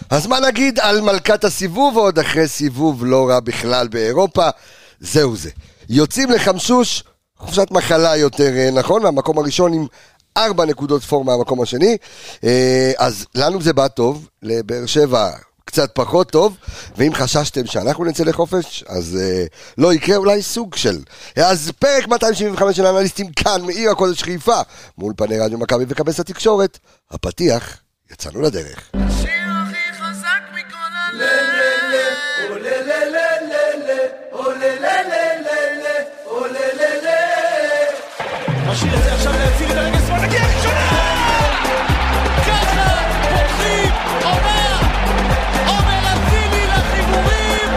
אז מה נגיד על מלכת הסיבוב, ועוד אחרי סיבוב לא רע בכלל באירופה, זהו זה. יוצאים לחמשוש, חופשת מחלה יותר נכון, מהמקום הראשון עם 4 נקודות פור מהמקום השני, אז לנו זה בא טוב, לבאר שבע קצת פחות טוב, ואם חששתם שאנחנו נצא לחופש, אז לא יקרה אולי סוג של. אז פרק 275 של האנליסטים כאן, מעיר הקודש חיפה, מול פני רדיו מכבי וכבש התקשורת, הפתיח, יצאנו לדרך. השיר הכי חזק מכל הלב. השיר הזה עכשיו להציל את הרגע שמאל, נגיע ראשונה! ככה פותחים עומר אצילי לחיבורים!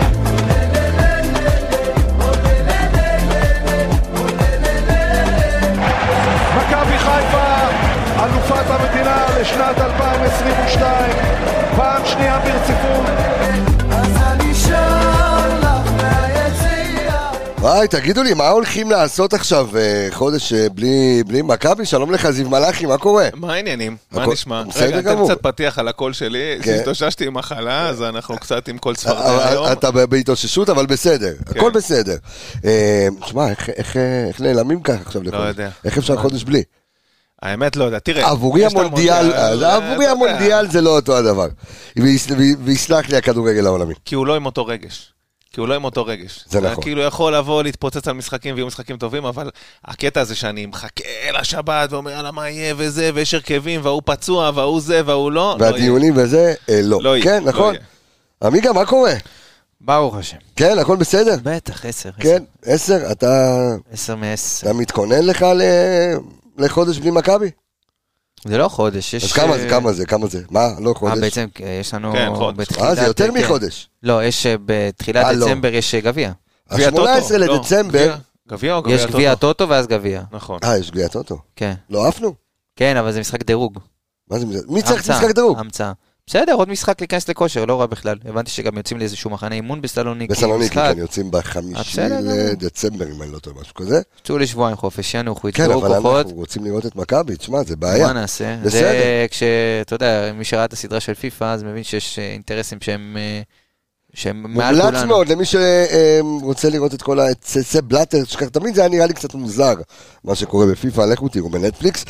מכבי חיפה, אלופת המדינה לשנת 2022, פעם שנייה ברציפות. אז אני שר לך מהיציאה. וואי, תגידו לי, מה הולכים לעשות עכשיו חודש בלי מכבי? שלום לך, זיו מלאכי, מה קורה? מה העניינים? מה הכל- נשמע? בסדר רגע, גמור. אתם קצת פתיח על הקול שלי, כן. התאוששתי עם מחלה, אז אנחנו קצת עם קול צפרדע היום. אתה בהתאוששות, אבל בסדר, הכל בסדר. תשמע, איך נעלמים ככה עכשיו לחודש? יודע. איך אפשר חודש בלי? האמת לא יודע, תראה. עבורי יש את המונדיאל זה לא אותו הדבר. ויסלח לי הכדורגל העולמי. כי הוא לא עם אותו רגש. זה נכון. כאילו יכול לבוא להתפוצץ על משחקים ויהיו משחקים טובים, אבל הקטע הזה שאני מחכה לשבת ואומר יאללה מה יהיה וזה, ויש הרכבים והוא פצוע והוא זה והוא לא. והדיונים וזה, לא. לא יהיה. כן, נכון. עמיגה, מה קורה? ברוך השם. כן, הכל בסדר? בטח, 10. כן, 10, אתה 10 מ-10. מתכונן לך לחודש בלי מכבי? זה לא חודש, יש... אז כמה זה? מה, לא חודש? בעצם יש לנו... כן, חודש. בתחילת- זה יותר כן. מחודש. לא, יש בתחילת לא. דצמבר יש גביע. גביע טוטו. ה-18 לא, לדצמבר. גביע או גביע יש טוטו? גביע טוטו ואז גביע. נכון. יש גביע טוטו. כן. לא עפנו? כן, אבל זה משחק דירוג. מה זה? מי צריך המצאה, משחק דירוג? המצאה. בסדר, עוד משחק להיכנס לכושר, לא רע בכלל. הבנתי שגם יוצאים לאיזשהו מחנה אימון בסלוניקי. בסלוניקי, משחק. כן, יוצאים ב5 בסדר, לדצמבר, אם אני לא טועה, משהו כזה. יצאו לשבועיים חופש, ינוחו, כן, יצאו אבל כוחות. אנחנו רוצים לראות את מכבי, תשמע, זה בעיה. מה נעשה? בסדר. זה כשאתה יודע, מי שראה את הסדרה של פיפה, אז מבין שיש אינטרסים שהם מעל מומלץ כולנו. מאוד למי שרוצה לראות את כל הצצי בלאטר, שכך תמיד זה היה נראה לי קצת מוזר, מה שקורה בפיפה, לכו תראו בנטפליקס.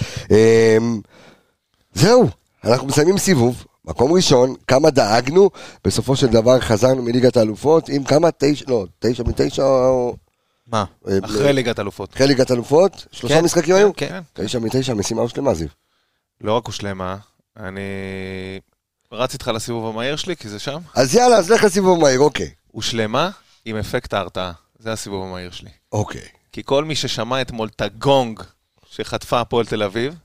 זהו, אנחנו מסיימים סיבוב, מקום ראשון, כמה דאגנו, בסופו של דבר חזרנו מליגת האלופות, עם כמה? 9 מ-9 או... מה? אחרי ליגת אלופות. אחרי ליגת האלופות? 3 כן, משחקים היו? כן. 9 מ-9, משימה הושלמה, זיו. לא רק הושלמה, אני רץ איתך לסיבוב המהיר שלי, כי זה שם. אז יאללה, אז לך לסיבוב מהיר, אוקיי. הושלמה עם אפקט ההרתעה. זה הסיבוב המהיר שלי. אוקיי. כי כל מי ששמע אתמול את הגונג שחטפה הפועל תל אביב,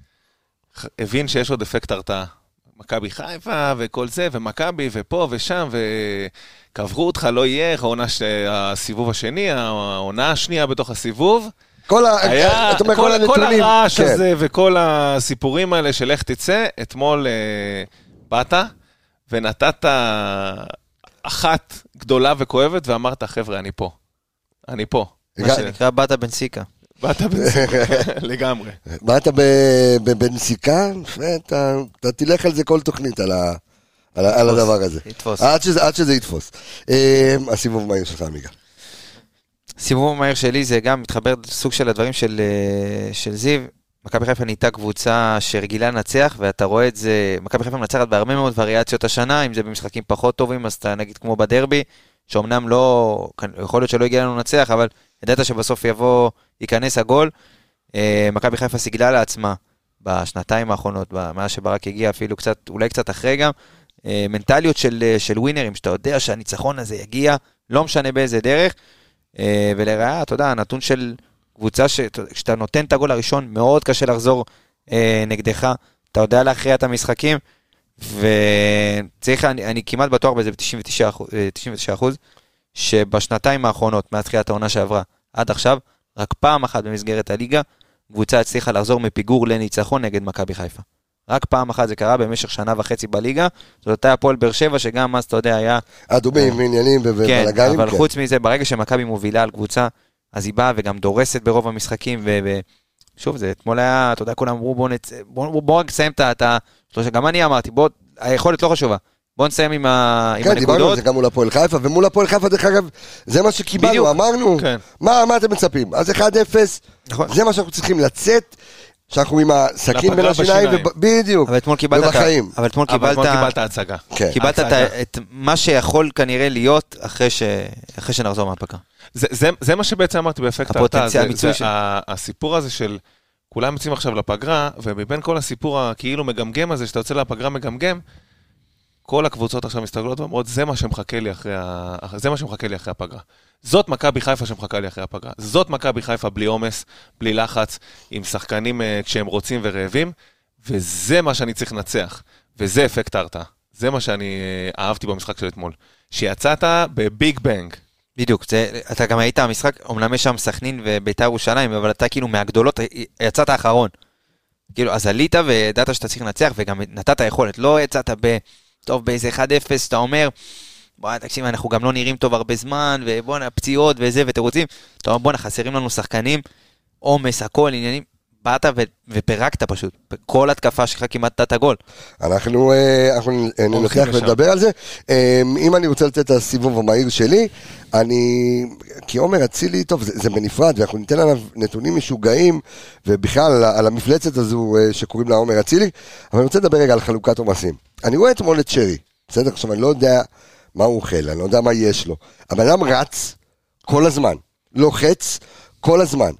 הבין שיש עוד אפקט הרתעה. מכבי חיפה וכל זה, ומכבי ופה ושם, וקברו אותך, לא יהיה, הסיבוב השני, העונה השנייה בתוך הסיבוב, היה כל הרעש הזה וכל הסיפורים האלה של איך תצא, אתמול באת ונתת אחת גדולה וכואבת, ואמרת, חבר'ה, אני פה. מה שנקרא באת בנסיקה. באת בנסיקה, לגמרי. באת בנסיקה, אתה תלך על זה כל תוכנית, על הדבר הזה. יתפוס. עד שזה יתפוס. הסיבוב מהיר שלך, עמיגה. סיבוב המהיר שלי זה גם מתחבר לסוג של הדברים של זיו. מכבי חיפה נהייתה קבוצה שרגילה לנצח, ואתה רואה את זה, מכבי חיפה מנצחת בהרבה מאוד וריאציות השנה, אם זה במשחקים פחות טובים, אז אתה נגיד כמו בדרבי, שאומנם לא, יכול להיות שלא הגיע לנו לנצח, אבל ידעת שבסוף ייכנס הגול. מכבי חיפה סיגלה לעצמה בשנתיים האחרונות, מאז שברק הגיע, אפילו קצת, אולי קצת אחרי גם, מנטליות של ווינרים, שאתה יודע שהניצחון הזה יגיע, לא משנה באיזה דרך, ולראה, אתה יודע, הנתון של קבוצה שאתה נותן את הגול הראשון, מאוד קשה לחזור נגדך, אתה יודע להכריע את המשחקים, וצריך, אני כמעט בטוח בזה ב-99%, שבשנתיים האחרונות, מהתחילת העונה שעברה, עד עכשיו, רק פעם אחת במסגרת הליגה, קבוצה הצליחה לחזור מפיגור לניצחון נגד מכבי חיפה. רק פעם אחת זה קרה במשך שנה וחצי בליגה, זאת הייתה הפועל באר שבע, שגם אז, אתה יודע, היה... אדומים ועניינים ובלגנים. כן, אבל חוץ מזה, ברגע שמכבי מובילה על קבוצה, אז היא באה וגם דורסת ברוב המשחקים, ושוב, זה אתמול היה, אתה יודע, כולם אמרו, בוא רק נסיים את ה... גם אני אמרתי, היכולת לא חשובה, בואו נסיים עם כן, דיברנו על הנקודות. זה גם מול הפועל חיפה, ומול הפועל חיפה, דרך אגב, זה מה שקיבלנו, בדיוק. אמרנו, כן. מה אתם מצפים? אז 1-0, נכון. זה מה שאנחנו צריכים לצאת, שאנחנו עם הסכין בין לפגרה השיניים, בשיניים. בדיוק, אבל אתמול קיבלת ובחיים. אבל אתמול אבל אתמול קיבלת קיבלת הצגה. כן. קיבלת את מה שיכול כנראה להיות אחרי שנחזור מהפגרה. זה מה שבעצם אמרתי באפקט הפוטנציאל, ההרתעה. המיצוי של- הסיפור הזה של כולם יוצאים עכשיו לפגרה, ומבין כל הסיפור הכאילו מגמגם הזה, שאתה יוצא לפגרה מגמגם, כל הקבוצות עכשיו מסתגלות ואומרות, זה מה שמחכה לי אחרי הפגרה. זאת מכבי חיפה שמחכה לי אחרי הפגרה. זאת מכבי חיפה בלי עומס, בלי לחץ, עם שחקנים כשהם רוצים ורעבים, וזה מה שאני צריך לנצח. וזה אפקט ההרתעה. זה מה שאני אהבתי במשחק של אתמול. שיצאת בביג בנג. בדיוק, אתה גם היית המשחק, אומנם יש שם סכנין וביתר ירושלים, אבל אתה כאילו מהגדולות, יצאת האחרון. כאילו, אז עלית וידעת שאתה צריך לנצח, וגם נתת יכולת. לא יצאת טוב, באיזה 1-0, אתה אומר, בוא, תקשיב, אנחנו גם לא נראים טוב הרבה זמן, ובוא, פציעות וזה, ותירוצים. אתה אומר, בוא, חסרים לנו שחקנים, עומס, הכל, עניינים. באת ופרקת פשוט. בכל התקפה שלך כמעט נתת גול. אנחנו ננתח ונדבר על זה. אם אני רוצה לתת את הסיבוב המהיר שלי, כי עומר אצילי, טוב, זה בנפרד, ואנחנו ניתן עליו נתונים משוגעים, ובכלל על המפלצת הזו שקוראים לה עומר אצילי, אבל אני רוצה לדבר רגע על חלוקת עומסים. אני רואה אתמול את שרי, בסדר? עכשיו אני לא יודע מה הוא אוכל, אני לא יודע מה יש לו, אבל אדם רץ כל הזמן, לוחץ כל הזמן,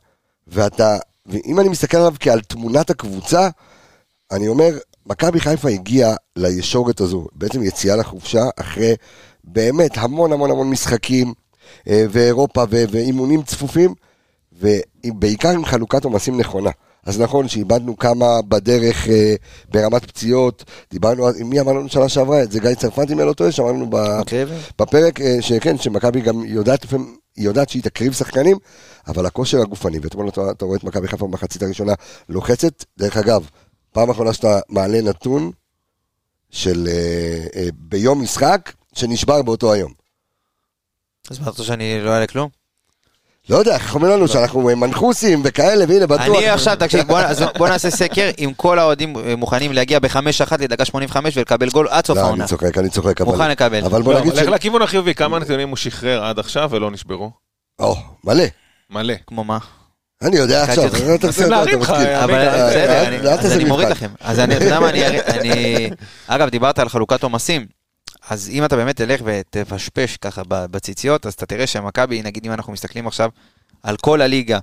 ואם אני מסתכל עליו כעל תמונת הקבוצה, אני אומר, מכבי חיפה הגיעה לישורת הזו, בעצם יציאה לחופשה, אחרי באמת המון המון המון משחקים, ואירופה ואימונים צפופים, ובעיקר עם חלוקת עומסים נכונה. אז נכון שאיבדנו כמה בדרך ברמת פציעות, דיברנו, מי אמרנו שנה שעברה, זה גיא צרפתי מלא טועה, שמענו בפרק, שכן, שמכבי גם יודעת שהיא תקריב שחקנים, אבל הכושר הגופני, ואתמול אתה רואה את מכבי חיפה במחצית הראשונה לוחצת, דרך אגב, פעם אחרונה שאתה מעלה נתון של ביום משחק, שנשבר באותו היום. אז מה אתה שאני לא אעלה כלום? לא יודע, איך אומרים לנו שאנחנו מנחוסים וכאלה, והנה בטוח. אני עכשיו, תקשיב, בוא נעשה סקר, אם כל האוהדים מוכנים להגיע ב-5-1 לדקה 85 ולקבל גול עד סוף לא, העונה. אני צוחק. מוכן לקבל. אבל בוא נגיד לך לכיוון החיובי, כמה נתונים הוא שחרר עד עכשיו ולא נשברו? מלא. מלא. כמו מה? אני יודע עכשיו. נסים להרים לך. אבל בסדר, אז אני מוריד לכם. אז אני יודע מה, אגב, דיברת על חלוקת עומסים. אז אם אתה באמת תלך ותפשפש ככה בציציות, אז אתה תראה שמכבי, נגיד אם אנחנו מסתכלים עכשיו על כל הליגה,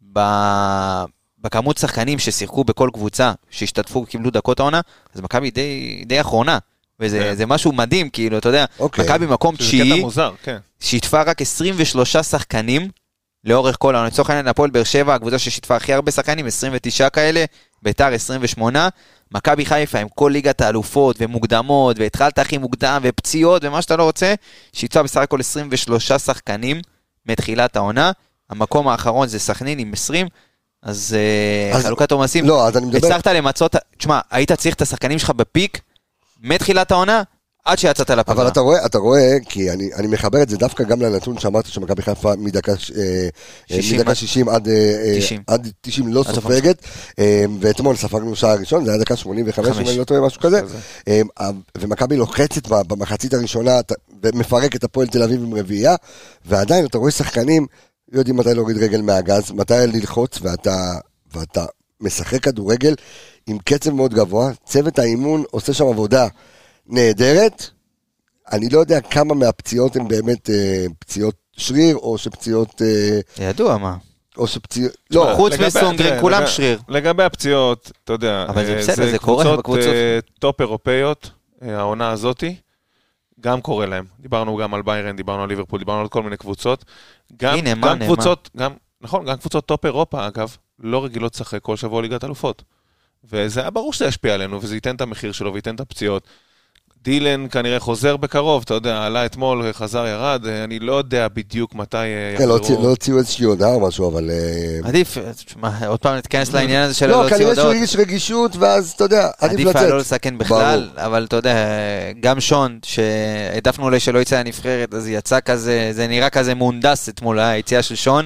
בכמות שחקנים ששיחקו בכל קבוצה, שהשתתפו, קיבלו דקות העונה, אז מכבי די אחרונה, וזה משהו מדהים, כאילו, אתה יודע, מכבי מקום תשיעי, שיתפה רק 23 שחקנים, לאורך כל העונה, לצורך העניין, הפועל באר שבע, הקבוצה ששיתפה הכי הרבה שחקנים, 29 כאלה, ביתר 28, מכבי חיפה עם כל ליגת האלופות ומוקדמות, והתחלת הכי מוקדם ופציעות ומה שאתה לא רוצה, שיתפה בסך הכל 23 שחקנים מתחילת העונה, המקום האחרון זה סכנין עם 20, אז חלוקת עומסים, הצלחת למצות, תשמע, היית צריך את השחקנים שלך בפיק, מתחילת העונה, עד שיצאת לפגרה. אבל אתה רואה, כי אני מחבר את זה דווקא גם לנתון שאמרת שמכבי חיפה מדקה 60 עד 90 לא סופגת, ואתמול ספגנו שעה ראשון, זה היה דקה 85, אם אני לא טועה משהו כזה, ומכבי לוחצת במחצית הראשונה, ומפרק את הפועל תל אביב עם רביעייה, ועדיין אתה רואה שחקנים, יודעים מתי להוריד רגל מהגז, מתי ללחוץ, ואתה משחק כדורגל עם קצב מאוד גבוה, צוות האימון עושה שם עבודה נהדרת, אני לא יודע כמה מהפציעות הן באמת פציעות שריר, או שפציעות... ידוע מה. או שפציעות... לא, חוץ מסונגרין, כולם שריר. לגבי הפציעות, אתה יודע, אבל זה בסדר, זה קורה בקבוצות. טופ אירופאיות, העונה הזאתי, גם קורה להם. דיברנו גם על ביירן, דיברנו על ליברפול, דיברנו על כל מיני קבוצות. הנה, מה? נכון, גם קבוצות טופ אירופה, אגב, לא רגילות לשחק כל שבוע ליגת אלופות. וזה היה ברור שזה ישפיע עלינו, וזה ייתן את המחיר שלו, וייתן את הפציעות. דילן כנראה חוזר בקרוב, אתה יודע, עלה אתמול, חזר ירד, אני לא יודע בדיוק מתי יחזרו. כן, לא הוציאו איזושהי הודעה או משהו, אבל... עדיף, עוד פעם נתכנס לעניין הזה שלא להוציא הודעות. לא, כנראה שהוא הרגיש רגישות, ואז, אתה יודע, עדיף לצאת. עדיף לא לסכן בכלל, אבל אתה יודע, גם שון, שהעדפנו אולי שלא יצא לנבחרת, אז יצא כזה, זה נראה כזה מונדס אתמול, היציאה של שון,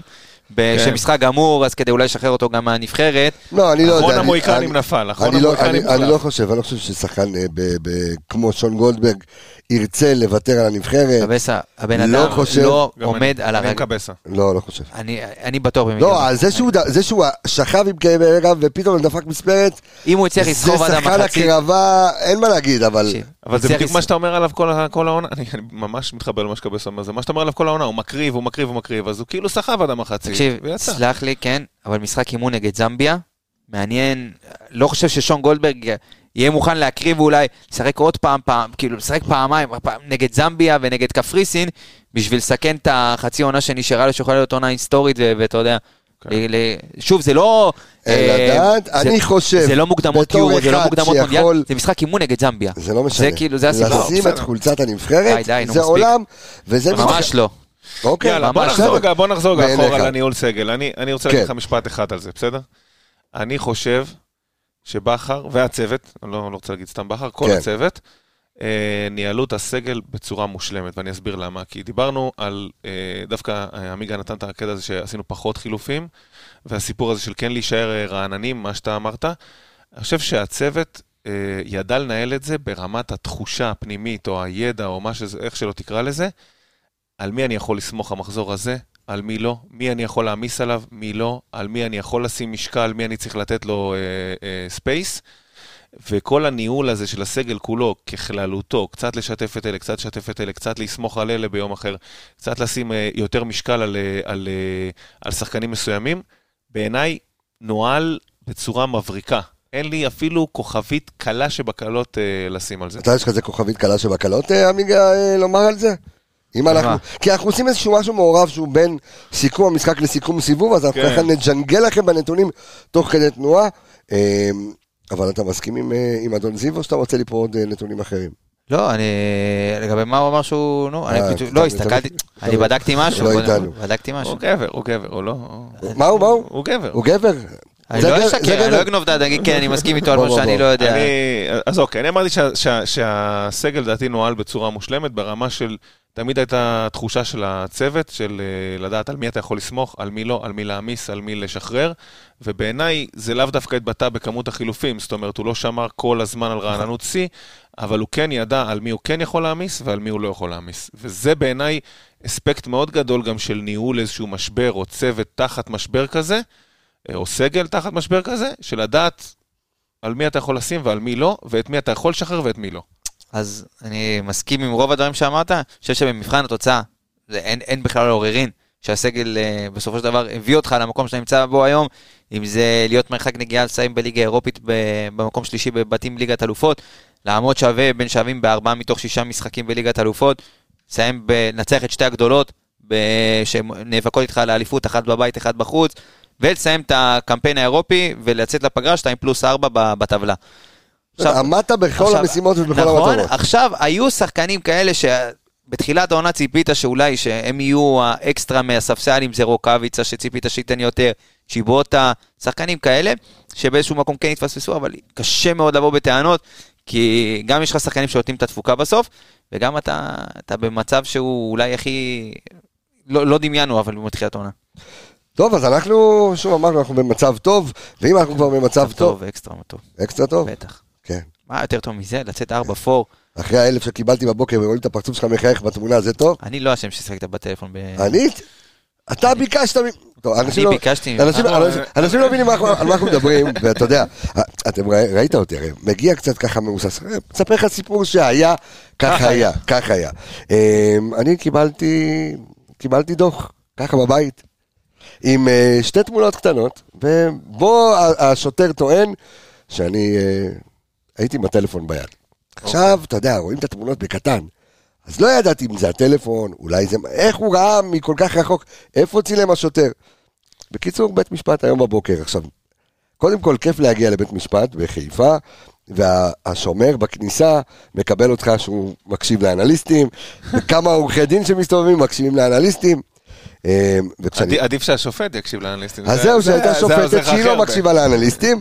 שמשחק גמור, אז כדי אולי לשחרר אותו גם מהנבחרת. לא, אני לא יודע. אחרון המויקנים נפל, אני לא חושב ששחקן כמו שון גולדברג ירצה לוותר על הנבחרת. קבסה, הבן אדם לא עומד על הרגע. לא חושב. אני בטוח במקרה. לא, זה שהוא שכב עם כאבי רב ופתאום דפק מספרת, אם הוא יצליח לסחוב עד המחצית. זה שחקן הקרבה, אין מה להגיד, אבל זה בדיוק מה שאתה אומר עליו כל העונה, אני ממש מתחבר למה שקבסה אומר, זה מה שאתה אומר עליו כל העונה, הוא מקריב, אז הוא כאילו סחב עד המחצית. תקשיב, סלח לי, כן, אבל משחק אימון נגד זמביה, מעניין, לא חושב ששון גולדברג יהיה מוכן להקריב ואולי לשחק עוד פעם, כאילו לשחק פעמיים, נגד זמביה ונגד קפריסין, בשביל לסכן את החצי עונה שנשארה לשוחלה להיות עונה היסטורית, ואתה יודע, שוב, זה לא... אני חושב, זה לא מוקדמות יורו, זה לא מוקדמות מונדיאל, זה משחק אימון נגד זמביה. זה לא משנה. לשים את חולצת הנבחרת, זה עולם, וזה ממש לא. יאללה, בוא נחזור אחורה לניהול סגל. אני רוצה להגיד לך משפט אחד על זה, בסדר? אני חושב שבחר והצוות, אני לא רוצה להגיד סתם בחר, כל הצוות, ניהלו את הסגל בצורה מושלמת, ואני אסביר למה. כי דיברנו על, דווקא עמיגה נתן את הקטע הזה שעשינו פחות חילופים, והסיפור הזה של כן להישאר רעננים, מה שאתה אמרת. אני חושב שהצוות ידע לנהל את זה ברמת התחושה הפנימית, או הידע, או איך שלא תקרא לזה, על מי אני יכול לסמוך המחזור הזה, על מי לא, מי אני יכול להמיס עליו, מי לא, על מי אני יכול לשים משקל, מי אני צריך לתת לו ספייס, וכל הניהול הזה של הסגל כולו, ככללותו, קצת לשתף את אלה, קצת לשתף את אלה, קצת לסמוך על אלה ביום אחר, קצת לשים יותר משקל על שחקנים מסוימים, בעיניי נועל בצורה מבריקה. אין לי אפילו כוכבית קלה שבקלות לשים על זה. אתה יש לך זה כוכבית קלה שבקלות, עמיגה, לומר על זה? כי אנחנו עושים איזשהו משהו מעורב שהוא בין סיכום המשחק לסיכום סיבוב, אז אנחנו ככה נג'נגל לכם בנתונים תוך כדי תנועה, אבל אתה מסכים עם אדון זיו או שאתה רוצה לי פה עוד נתונים אחרים? לא, לגבי מה הוא אמר שהוא, לא, הסתכלתי, אני בדקתי משהו, הוא גבר, הוא לא... מה הוא? הוא גבר. הוא גבר? אני לא אשקר, אני לא אגנוב דעת, כי אני מסכים איתו על מה שאני לא יודע. אז אוקיי, אני אמרתי שהסגל דעתי נועל בצורה מושלמת, ברמה של, תמיד הייתה תחושה של הצוות, של לדעת על מי אתה יכול לסמוך, על מי לא, על מי להמיס, על מי לשחרר, ובעיניי זה לאו דווקא התבטא בכמות החילופים, זאת אומרת, הוא לא שמר כל הזמן על רעננות C, אבל הוא כן ידע על מי הוא כן יכול להמיס, ועל מי הוא לא יכול להמיס. וזה בעיניי אספקט מאוד גדול גם של ניהול איזשהו משבר, או צוות תחת משבר כזה, או סגל תחת משבר כזה, של לדעת על מי אתה יכול לשים ועל מי לא, ואת מי אתה יכול לשחרר ואת מי לא. אז אני מסכים עם רוב הדברים שאמרת, אני חושב שבמבחן התוצאה, אין בכלל עוררין, שהסגל בסופו של דבר הביא אותך למקום שאתה נמצא בו היום, אם זה להיות מרחק נגיעה לסיים בליגה האירופית, במקום שלישי בבתים ליגת אלופות, לעמוד שווה בין שווים ב4 מתוך 6 משחקים בליגת אלופות, לסיים לנצח את שתי הגדולות, שנאבקות איתך לאליפות, אחת בבית, אחת בחוץ, ולסיים את הקמפיין האירופי, ולצאת לפגרה 2+4 בטבלה. עמדת בכל המשימות ובכל המטרות. נכון, עכשיו היו שחקנים כאלה שבתחילת העונה ציפית שאולי שהם יהיו האקסטרה מהספסל, אם זה רוקאביצה שציפית שייתן יותר, צ'יבוטה, שחקנים כאלה, שבאיזשהו מקום כן יתפספסו, אבל קשה מאוד לבוא בטענות, כי גם יש לך שחקנים שנותנים את התפוקה בסוף, וגם אתה במצב שהוא אולי הכי, לא דמיינו, אבל מתחילת העונה. טוב, אז אנחנו, שוב אמרנו, אנחנו במצב טוב, ואם אנחנו כבר במצב טוב... אקסטרה טוב. אקסטרה טוב? בטח. כן. מה יותר טוב מזה? לצאת 4-4. אחרי 1000 שקיבלתי בבוקר ורואים את הפרצוף שלך מחייך בתמונה, זה טוב? אני לא אשם ששחקת בטלפון אני? אתה ביקשת... אני ביקשתי... אנשים לא מבינים על מה אנחנו מדברים, ואתה יודע, אתם ראית אותי, מגיע קצת ככה מאוסס, מספר לך סיפור שהיה, כך היה. אני קיבלתי דוח, ככה בבית, עם 2 תמונות קטנות, ובו השוטר טוען שאני הייתי עם הטלפון ביד. עכשיו, אתה יודע, רואים את התמונות בקטן, אז לא ידעתי אם זה הטלפון, אולי זה... איך הוא ראה מכל כך רחוק, איפה צילם השוטר? בקיצור, בית משפט היום בבוקר. עכשיו, קודם כל כיף להגיע לבית משפט בחיפה, והשומר בכניסה מקבל אותך שהוא מקשיב לאנליסטים, וכמה עורכי דין שמסתובבים מקשיבים לאנליסטים, עדיף שהשופט יקשיב לאנליסטים. אז זהו, שהייתה שופטת שהיא לא מקשיבה לאנליסטים,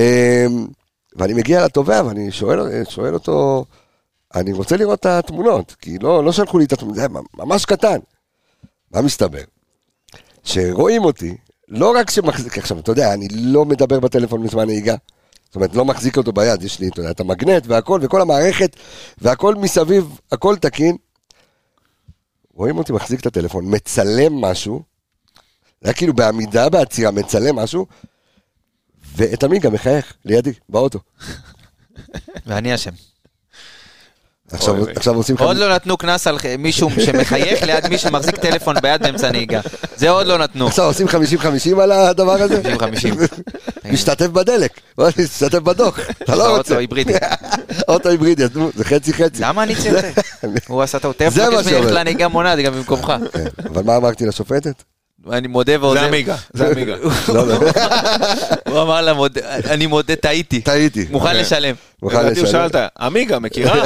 ואני מגיע לתובע ואני שואל אותו, אני רוצה לראות את התמונות, כי לא שלחו לי את התמונות, זה ממש קטן. מה מסתבר? שרואים אותי, לא רק שמחזיק, עכשיו, אתה יודע, אני לא מדבר בטלפון בזמן נהיגה, זאת אומרת, לא מחזיק אותו ביד, יש לי, אתה יודע, את המגנט והכל, וכל המערכת, והכל מסביב, הכל תקין. רואים אותי מחזיק את הטלפון, מצלם משהו, זה היה כאילו בעמידה, בעצירה, מצלם משהו, ואת עמיגה מחייך לידי, באוטו. ואני אשם. עכשיו עושים עוד לא נתנו כנס על מישהו שמחייך ליד מי שמחזיק טלפון ביד באמצע נהיגה. זה עוד לא נתנו. עכשיו עושים 50-50 על הדבר הזה? 50-50. משתתף בדלק, משתתף בדוח, אתה לא רוצה. אוטו היברידי. אוטו היברידי, זה חצי-חצי. למה אני צריך? הוא עשה את האוטו. זה מה שאומר. לנהיגה מונעת, גם במקומך. אבל מה אמרתי לשופטת? אני מודה ועוזב. זה עמיגה. הוא אמר לה, אני מודה, טעיתי. מוכן לשלם. לדעתי הוא שאלת, עמיגה, מכירה?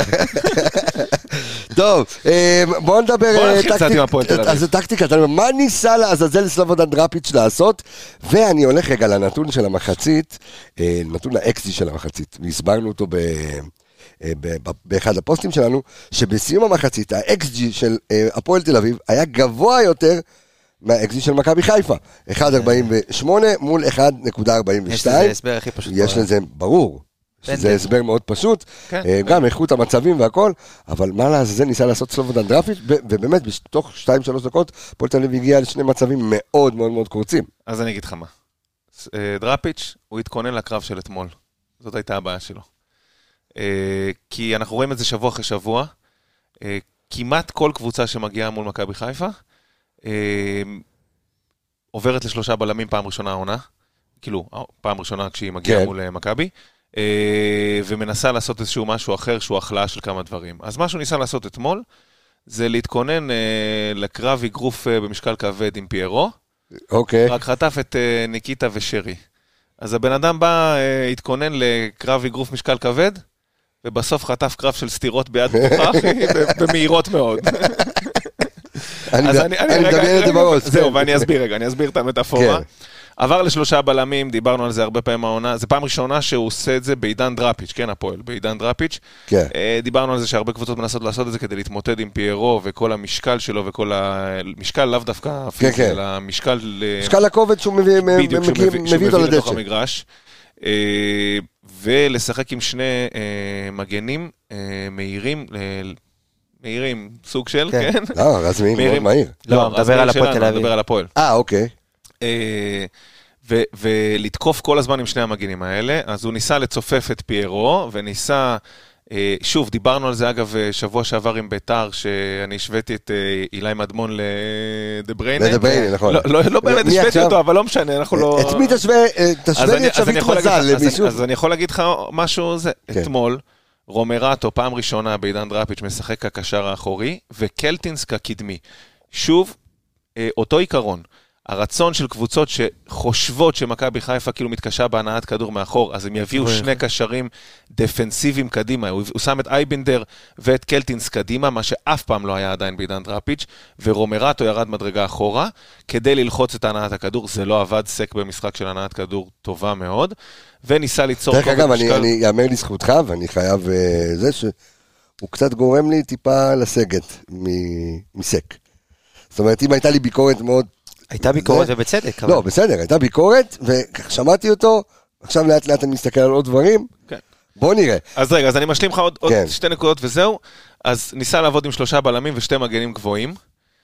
טוב, בואו נדבר. בואו נתחיל קצת עם הפועל תל אביב. אז זה טקטיקה, מה ניסה לעזאזל סלובודן דראפיץ' לעשות? ואני הולך רגע לנתון של המחצית, נתון ה-XG של המחצית, והסברנו אותו באחד הפוסטים שלנו, שבסיום המחצית, ה-XG של הפועל תל אביב היה גבוה יותר מהאקזי של מכבי חיפה, 1.48 מול 1.42. יש לזה הסבר הכי פשוט. יש לזה, ברור, זה הסבר מאוד פשוט, גם איכות המצבים והכל, אבל מה לעזאזל ניסה לעשות סלובודן דראפיץ', ובאמת בתוך 2-3 דקות, הפועל תל אביב הגיע לשני מצבים מאוד מאוד מאוד קורצים. אז אני אגיד לך מה, דראפיץ' הוא התכונן לקרב של אתמול, זאת הייתה הבעיה שלו. כי אנחנו רואים את זה שבוע אחרי שבוע, כמעט כל קבוצה שמגיעה מול מכבי חיפה, עוברת לשלושה בלמים פעם ראשונה העונה, כאילו פעם ראשונה כשהיא מגיעה מול מכבי, ומנסה לעשות איזשהו משהו אחר שהוא החלאה של כמה דברים. אז מה שהוא ניסה לעשות אתמול, זה להתכונן לקרב אגרוף במשקל כבד עם פיירו, רק חטף את ניקיטה ושרי. אז הבן אדם בא, התכונן לקרב אגרוף משקל כבד, ובסוף חטף קרב של סתירות ביד פתוחה, במהירות מאוד. אני מדמיין את זה בראש. זהו, ואני אסביר את המטאפורה. עבר לשלושה בלמים, דיברנו על זה הרבה פעמים העונה, זה פעם ראשונה שהוא עושה את זה בעידן דראפיץ', כן, הפועל, בעידן דראפיץ'. דיברנו על זה שהרבה קבוצות מנסות לעשות את זה כדי להתמודד עם פיירו וכל המשקל שלו וכל המשקל לאו דווקא פיזי, אלא המשקל... משקל הכובד שהוא מביא אותו לדשא. המגרש. ולשחק עם שני מגנים מהירים, סוג של, כן? לא, רזמי, מאוד מהיר. לא, מדבר על הפועל תל אביב. מדבר על הפועל. אוקיי. ולתקוף כל הזמן עם שני המגנים האלה, אז הוא ניסה לצופף את פיירו, וניסה, שוב, דיברנו על זה אגב שבוע שעבר עם ביתר, שאני השוויתי את אילי מדמון לדבריינה. לדבריינה, נכון. לא באמת השוויתי אותו, אבל לא משנה, אנחנו לא... את מי תשווה לי את שביט מזל למישהו? אז אני יכול להגיד לך משהו, אתמול, רומרטו פעם ראשונה בעידן דראפיץ' משחק כקשר האחורי, וקלטינס כקדמי. שוב, אותו עיקרון. הרצון של קבוצות שחושבות שמכבי חיפה כאילו מתקשה בהנעת כדור מאחור, אז הם יביאו שני קשרים דפנסיביים קדימה. הוא שם את אייבנדר ואת קלטינס קדימה, מה שאף פעם לא היה עדיין בעידן דראפיץ', ורומרטו ירד מדרגה אחורה, כדי ללחוץ את הנעת הכדור. זה לא עבד, סק במשחק של הנעת כדור טובה מאוד, וניסה ליצור... דרך אגב, אני יאמר לזכותך, ואני חייב זה שהוא קצת גורם לי טיפה לסגת מסק. זאת אומרת, אם הייתה לי ביקורת מאוד... הייתה ביקורת ובצדק. לא, בסדר, הייתה ביקורת, ושמעתי אותו, עכשיו לאט לאט אני מסתכל על עוד דברים, בוא נראה. אז רגע, אז אני משלים לך עוד שתי נקודות וזהו, אז ניסה לעבוד עם שלושה בלמים ושתי מגנים גבוהים,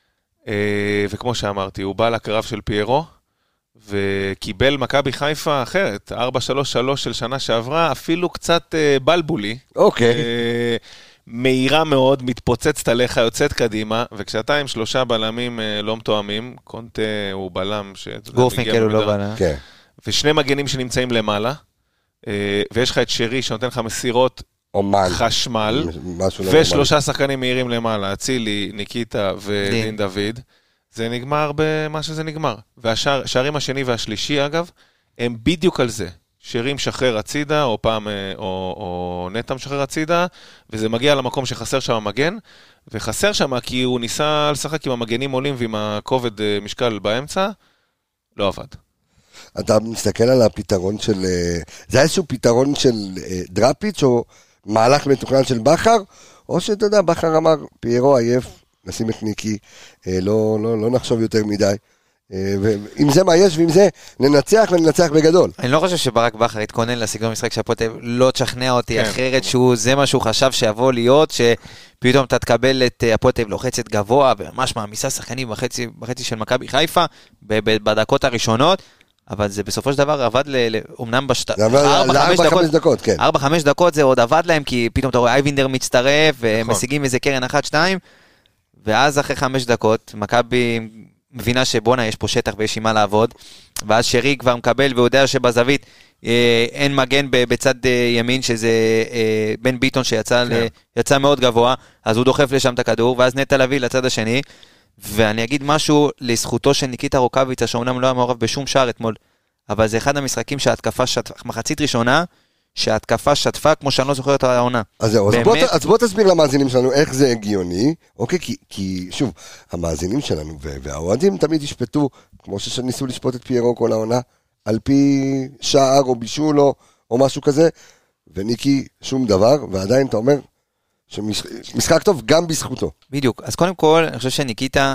וכמו שאמרתי, הוא בא לקרב של פיירו, וקיבל מכבי חיפה אחרת, 4-3-3 של שנה שעברה, אפילו קצת בלבולי. אוקיי. מהירה מאוד, מתפוצצת עליך, יוצאת קדימה, וכשאתה עם שלושה בלמים לא מתואמים, קונטה הוא בלם, גורפינקל הוא לא בלם. ושני מגנים שנמצאים למעלה, ויש לך את שרי שנותן לך מסירות חשמל, ושלושה שחקנים מהירים למעלה, אצילי, ניקיטה ודין דוד, זה נגמר במה שזה נגמר. והשערים השני והשלישי, אגב, הם בדיוק על זה. שרים משחרר הצידה, או פעם, או נטע משחרר הצידה, וזה מגיע למקום שחסר שם המגן, וחסר שם כי הוא ניסה לשחק עם המגנים עולים ועם הכובד משקל באמצע, לא עבד. אתה מסתכל על הפתרון של... זה היה איזשהו פתרון של דראפיץ' או מהלך מתוכנן של או שאתה יודע, בכר אמר, פיירו עייף, נשים את ניקי, לא נחשוב יותר מדי. ואם זה מה יש, ואם זה ננצח וננצח בגדול. אני לא חושב שברק בכר התכונן לסגנון משחק שהפועל תל אביב לא תשכנע אותי אחרת, שזה מה שהוא חשב שיבוא להיות, שפתאום אתה תקבל את הפועל תל אביב לוחצת גבוה, וממש מעמיסה שחקנים בחצי של מכבי חיפה, בדקות הראשונות, אבל זה בסופו של דבר עבד אומנם 4-5 דקות, כן. 4-5 דקות זה עוד עבד להם, כי פתאום אתה רואה אייבינדר מצטרף, ומשיגים איזה קרן 1-2, ואז אחרי 5 דקות, מכבי מבינה שבונה יש פה שטח ויש עם מה לעבוד, ואז שרי כבר מקבל והוא יודע שבזווית אין מגן בצד ימין, שזה בן ביטון שיצא מאוד גבוה, אז הוא דוחף לשם את הכדור, ואז נטע לביא לצד השני, ואני אגיד משהו לזכותו של ניקיטה רוקאביצה, שאומנם לא היה מעורב בשום שער אתמול, אבל זה אחד המשחקים שההתקפה מחצית ראשונה, שההתקפה שטפה כמו שאני לא זוכר את העונה. אז בוא תסביר למאזינים שלנו איך זה הגיוני, אוקיי? כי שוב, המאזינים שלנו והאוהדים תמיד ישפטו, כמו שניסו לשפוט את פיירו כל העונה, על פי שער או בישול או משהו כזה, וניקי שום דבר, ועדיין אתה אומר שמשחק טוב גם בזכותו. בדיוק, אז קודם כל אני חושב שניקיטה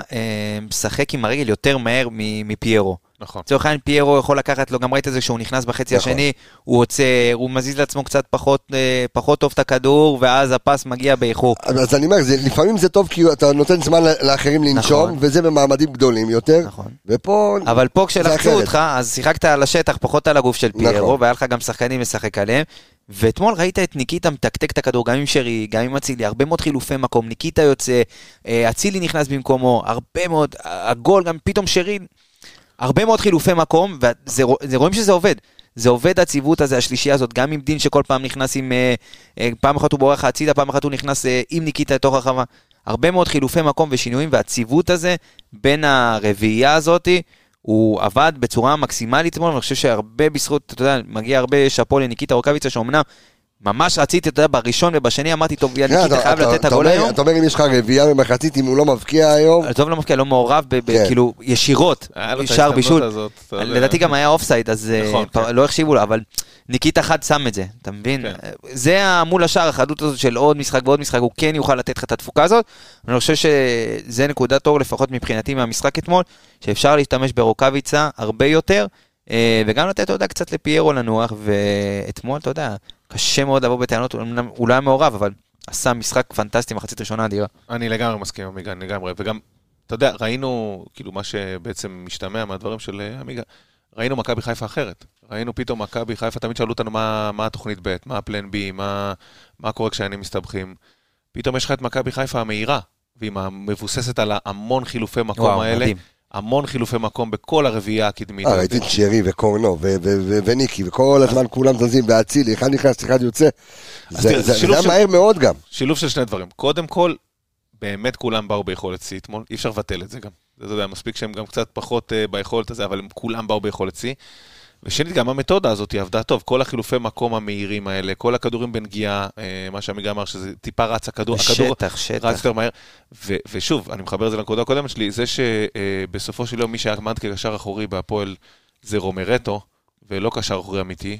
משחק עם הרגל יותר מהר מפיירו. נכון. לצורך העניין פיירו יכול לקחת לו, גם ראית את זה שהוא נכנס בחצי השני, הוא עוצר, הוא מזיז לעצמו קצת פחות טוב את הכדור, ואז הפס מגיע באיחור. אז אני אומר, לפעמים זה טוב, כי אתה נותן זמן לאחרים לנשום, וזה במעמדים גדולים יותר, ופה... אבל פה כשלחצו אותך, אז שיחקת על השטח, פחות על הגוף של פיירו, והיה לך גם שחקנים לשחק עליהם, ואתמול ראית את ניקיטה מתקתק את הכדור, גם עם שרי, גם עם אצילי, הרבה מאוד חילופי מקום, ניקיטה יוצא, אצילי נכנס במקומו, הרבה מאוד, הגול, גם פתאום שרי, הרבה מאוד חילופי מקום, ורואים שזה עובד. זה עובד הציוות הזה, השלישייה הזאת, גם עם דין שכל פעם נכנס עם, פעם אחת הוא בורח הצידה, פעם אחת הוא נכנס עם ניקיטה לתוך הרחבה. הרבה מאוד חילופי מקום ושינויים, והציוות הזה בין הרביעייה הזאת, הוא עבד בצורה מקסימלית, ואני חושב שהרבה בזכות, אתה יודע, מגיע הרבה שפו לניקיטה רוקאביצה, שאומנם ממש רציתי, אתה יודע, בראשון ובשני אמרתי, טוב, ניקיטה חייב לתת את הגול היום. אתה אומר, אם יש לך רביעייה במחצית, אם הוא לא מבקיע היום... טוב, לא מבקיע, לא מעורב, כאילו, ישירות, שער בישול. לדעתי גם היה אופסייד, אז לא החשיבו לו, אבל ניקיטה אחד שם את זה, אתה מבין? זה מול השער, החדות הזאת של עוד משחק ועוד משחק, הוא כן יוכל לתת לך את התפוקה הזאת, אני חושב שזה נקודת אור, לפחות מבחינתי מהמשחק אתמול, שאפשר להשתמש ברוקאביצה הרבה יותר, וגם לתת, אתה יודע, קצת לפיירו לנוח, ואתמול, אתה יודע, קשה מאוד לבוא בטענות, הוא לא היה מעורב, אבל עשה משחק פנטסטי, מחצית ראשונה אדירה. אני לגמרי מסכים, עמיגה, לגמרי, וגם, אתה יודע, ראינו, כאילו, מה שבעצם משתמע מהדברים של עמיגה, ראינו מכבי חיפה אחרת, ראינו פתאום מכבי חיפה, תמיד שאלו אותנו מה התוכנית ב', מה הפלן בי, מה קורה כשהיינו מסתבכים, פתאום יש לך את מכבי חיפה המהירה, והיא מבוססת על המון חילופי מקום האלה, המון חילופי מקום בכל הרביעייה הקדמית. ראיתי את שרי וקורנו וניקי, וכל הזמן כולם זזים באצילי, אחד נכנס, אחד יוצא. זה היה מהר מאוד גם. שילוב של שני דברים. קודם כל, באמת כולם באו ביכולת שיא אתמול, אי אפשר לבטל את זה גם. זה יודע, מספיק שהם גם קצת פחות ביכולת הזה, אבל הם כולם באו ביכולת שיא. ושנית, גם המתודה הזאת היא עבדה טוב, כל החילופי מקום המהירים האלה, כל הכדורים בנגיעה, מה שעמיגה אמר שזה טיפה רץ הכדור, שטח. רץ יותר מהר, ושוב, אני מחבר את זה לנקודה הקודמת שלי, זה שבסופו של יום מי שעמד כקשר אחורי בהפועל זה רומרטו, ולא קשר אחורי אמיתי,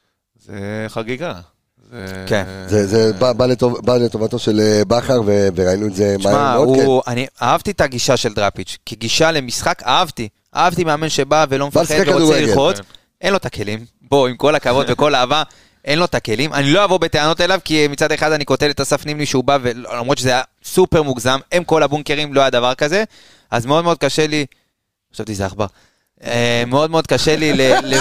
זה חגיגה. כן. זה בא לטובתו של בכר, וראינו את זה מהר מאוד. אני אהבתי את הגישה של דראפיץ', כגישה למשחק אהבתי מאמן שבא ולא מפחד ורוצה ללחוץ, אין לו את הכלים, בוא, עם כל הכבוד וכל אהבה, אין לו את הכלים, אני לא אבוא בטענות אליו, כי מצד אחד אני כותל את אסף נימני שהוא בא, ולמרות שזה היה סופר מוגזם, הם כל הבונקרים, לא היה דבר כזה, אז מאוד מאוד קשה לי, חשבתי זה אכבר, מאוד מאוד קשה לי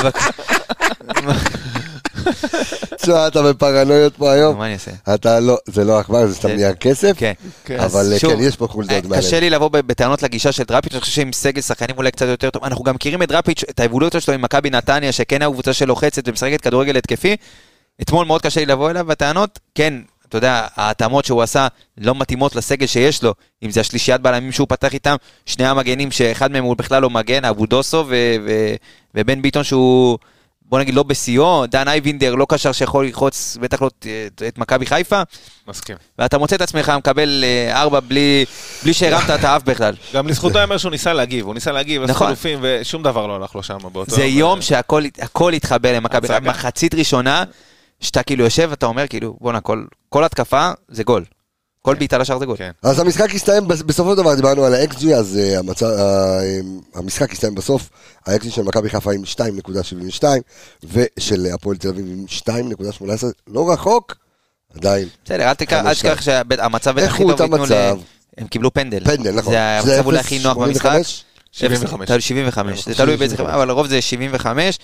אתה בפרנויות פה היום, מה אני אעשה? זה לא אכבר, זה סתם נייר כסף, אבל כן, יש פה חולדות מעליהם. קשה לי לבוא בטענות לגישה של דראפיץ', אני חושב שעם סגל שחקנים אולי קצת יותר טוב, אנחנו גם מכירים את דראפיץ', את האבולוציה שלו עם מכבי נתניה, שכן היה קבוצה שלוחצת ומשחקת כדורגל התקפי, אתמול מאוד קשה לי לבוא אליו בטענות, כן, אתה יודע, ההתאמות שהוא עשה לא מתאימות לסגל שיש לו, אם זה השלישיית בלמים שהוא פתח איתם, שני המגנים שאחד מהם הוא בכלל לא מגן, אבו דוסו ובן ביטון שהוא בוא נגיד לא בסיוע, דן אייבינדר לא קשר שיכול ללחוץ בטח לא את מכבי חיפה. מסכים. ואתה מוצא את עצמך מקבל 4 בלי שהרמת את האף בכלל. גם לזכותו אומר שהוא ניסה להגיב, אז חילופים ושום דבר לא הלך לו שם. זה יום שהכל התחבר למכבי חיפה, מחצית ראשונה, שאתה כאילו יושב ואתה אומר כאילו, בוא'נה, כל התקפה זה גול. כל בעיטה לשער זה גול. כן. אז המשחק הסתיים, בסופו של דבר דיברנו על ה-XG, אז המשחק הסתיים בסוף, ה-XG של מכבי חיפה עם 2.72, ושל הפועל תל אביב עם 2.18, לא רחוק, עדיין. בסדר, אל תשכח שהמצב בטח הכי טוב ייתנו להם, הם קיבלו פנדל. פנדל, נכון. זה המצב אולי הכי נוח במשחק. 75. זה תלוי בעצם, אבל לרוב זה 75.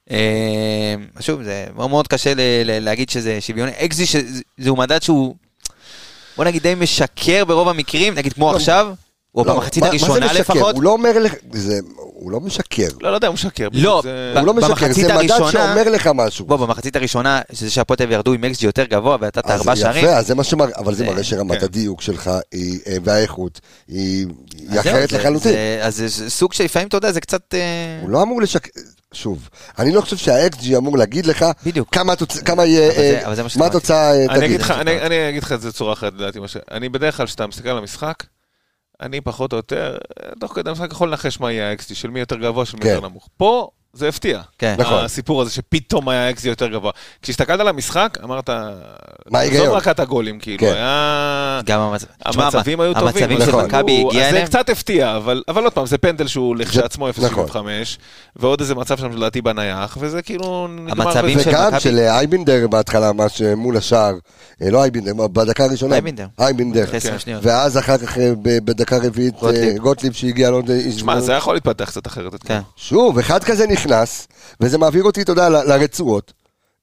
שוב, זה מאוד קשה להגיד שזה שוויוני. XG זהו מדד שהוא, בוא נגיד, די משקר ברוב המקרים, נגיד כמו עכשיו, או במחצית הראשונה לפחות. הוא לא אומר לך, הוא לא משקר. לא יודע, הוא משקר. לא, הוא לא משקר, זה מדד שאומר לך משהו. בוא, במחצית הראשונה, שזה שהפועל תל אביב ירדו עם XG יותר גבוה, ואתה את 4 שערים. אבל זה מראה שרמת הדיוק שלך והאיכות היא אחרת לחלוטין. אז זה סוג שלפעמים, אתה יודע, זה קצת... הוא לא אמור לשקר... שוב, אני לא חושב שה-XG אמור להגיד לך כמה יהיה, מה התוצאה תגיד. אני אגיד לך את זה בצורה אחרת, לדעתי. אני בדרך כלל, שאתה מסתכל על המשחק, אני פחות או יותר, תוך כדי המשחק יכול לנחש מה יהיה ה-XG, של מי יותר גבוה, של מי יותר נמוך. פה זה הפתיע. הסיפור הזה שפתאום היה ה-XG יותר גבוה. כשהסתכלת על המשחק, אמרת, זו רק את הגולים, כאילו, היה... המצבים היו טובים. המצבים של מכבי הגיע אליהם. זה קצת הפתיע, אבל עוד פעם, זה פנדל שהוא לכשעצמו 0.75, ועוד איזה מצב שם לדעתי בנייח, וזה כאילו... וגם של אייבינדר בהתחלה, מה שמול השער, לא אייבינדר, בדקה הראשונה. אייבינדר. ואז אחר כך בדקה רביעית, גוטליב שהגיע לעוד... שמע, זה יכול להתפתח קצת אחרת. שוב, אחד כזה נכנס, וזה מעביר אותי, אתה יודע, לרצועות.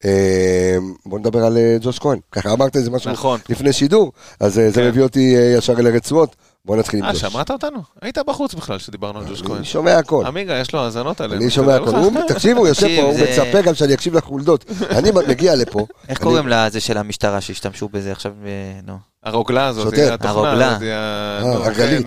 בוא נדבר על ג'וש כהן. ככה אמרת איזה משהו לפני שידור, אז זה מביא אותי ישר לרצועות. בוא נתחיל עם ג'וש. שמעת אותנו? היית בחוץ בכלל שדיברנו על ג'וש כהן. אני שומע הכל. אמיגה, יש לו האזנות עליהם. אני שומע הכל. תקשיבו, הוא יושב פה, הוא מצפה גם שאני אקשיב לחולדות. אני מגיע לפה. איך קוראים לזה של המשטרה שהשתמשו בזה עכשיו? הרוגלה הזאת, הרוגלה. הרגלית.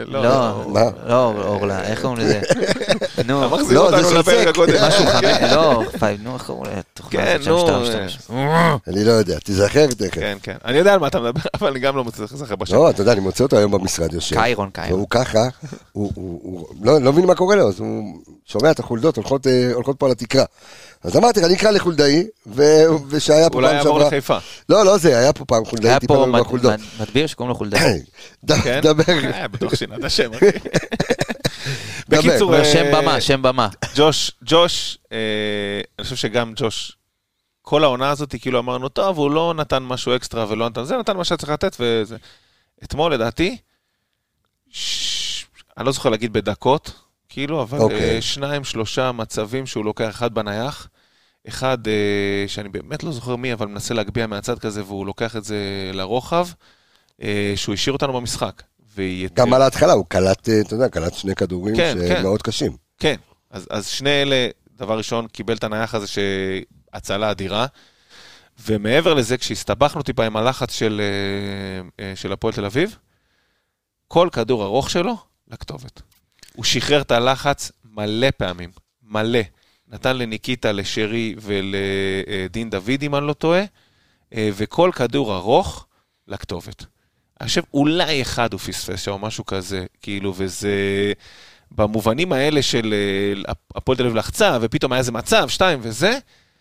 לא, אורלה, איך קוראים לזה? אתה מחזיר אותנו לפרק הקודם. משהו נו, איך קוראים לזה? אני לא יודע, תזכר תכף. כן, כן. אני יודע על מה אתה מדבר, אבל אני גם לא מוצא לזכר בשם. לא, אתה יודע, אני מוצא אותו היום במשרד יושב. קיירון. והוא ככה, הוא לא מבין מה קורה לו, אז הוא שומע את החולדות, הולכות פה על התקרה. אז אמרתי, אני אקרא לחולדאי, ושהיה פה פעם אולי יעבור לחיפה. לא, זה היה פה פעם חולדאי, היה פה מדביר שקוראים לו חולדאי. דבר. בטוח שינה את השם. בקיצור, שם במה. ג'וש, אני חושב שגם ג'וש, כל העונה הזאת, כאילו אמרנו, טוב, הוא לא נתן משהו אקסטרה ולא נתן, זה נתן מה שצריך לתת, וזה. אתמול, לדעתי, אני לא זוכר להגיד בדקות, כאילו, אבל 2-3 מצבים שהוא לוקח, אחד בנייח, אחד שאני באמת לא זוכר מי, אבל מנסה להגביע מהצד כזה, והוא לוקח את זה לרוחב, שהוא השאיר אותנו במשחק. גם על ההתחלה, הוא קלט 2 כדורים שמאוד קשים. כן, אז שני אלה, דבר ראשון, קיבל את הנייח הזה שהצלה אדירה, ומעבר לזה, כשהסתבכנו טיפה עם הלחץ של הפועל תל אביב, כל כדור ארוך שלו לכתובת. הוא שחרר את הלחץ מלא פעמים, מלא. נתן לניקיטה, לשרי ולדין דוד, אם אני לא טועה, וכל כדור ארוך לכתובת. אני חושב, אולי אחד הוא פספס שם, משהו כזה, כאילו, וזה במובנים האלה של הפועל תל אביב לחצה, ופתאום היה איזה מצב, 2 וזה,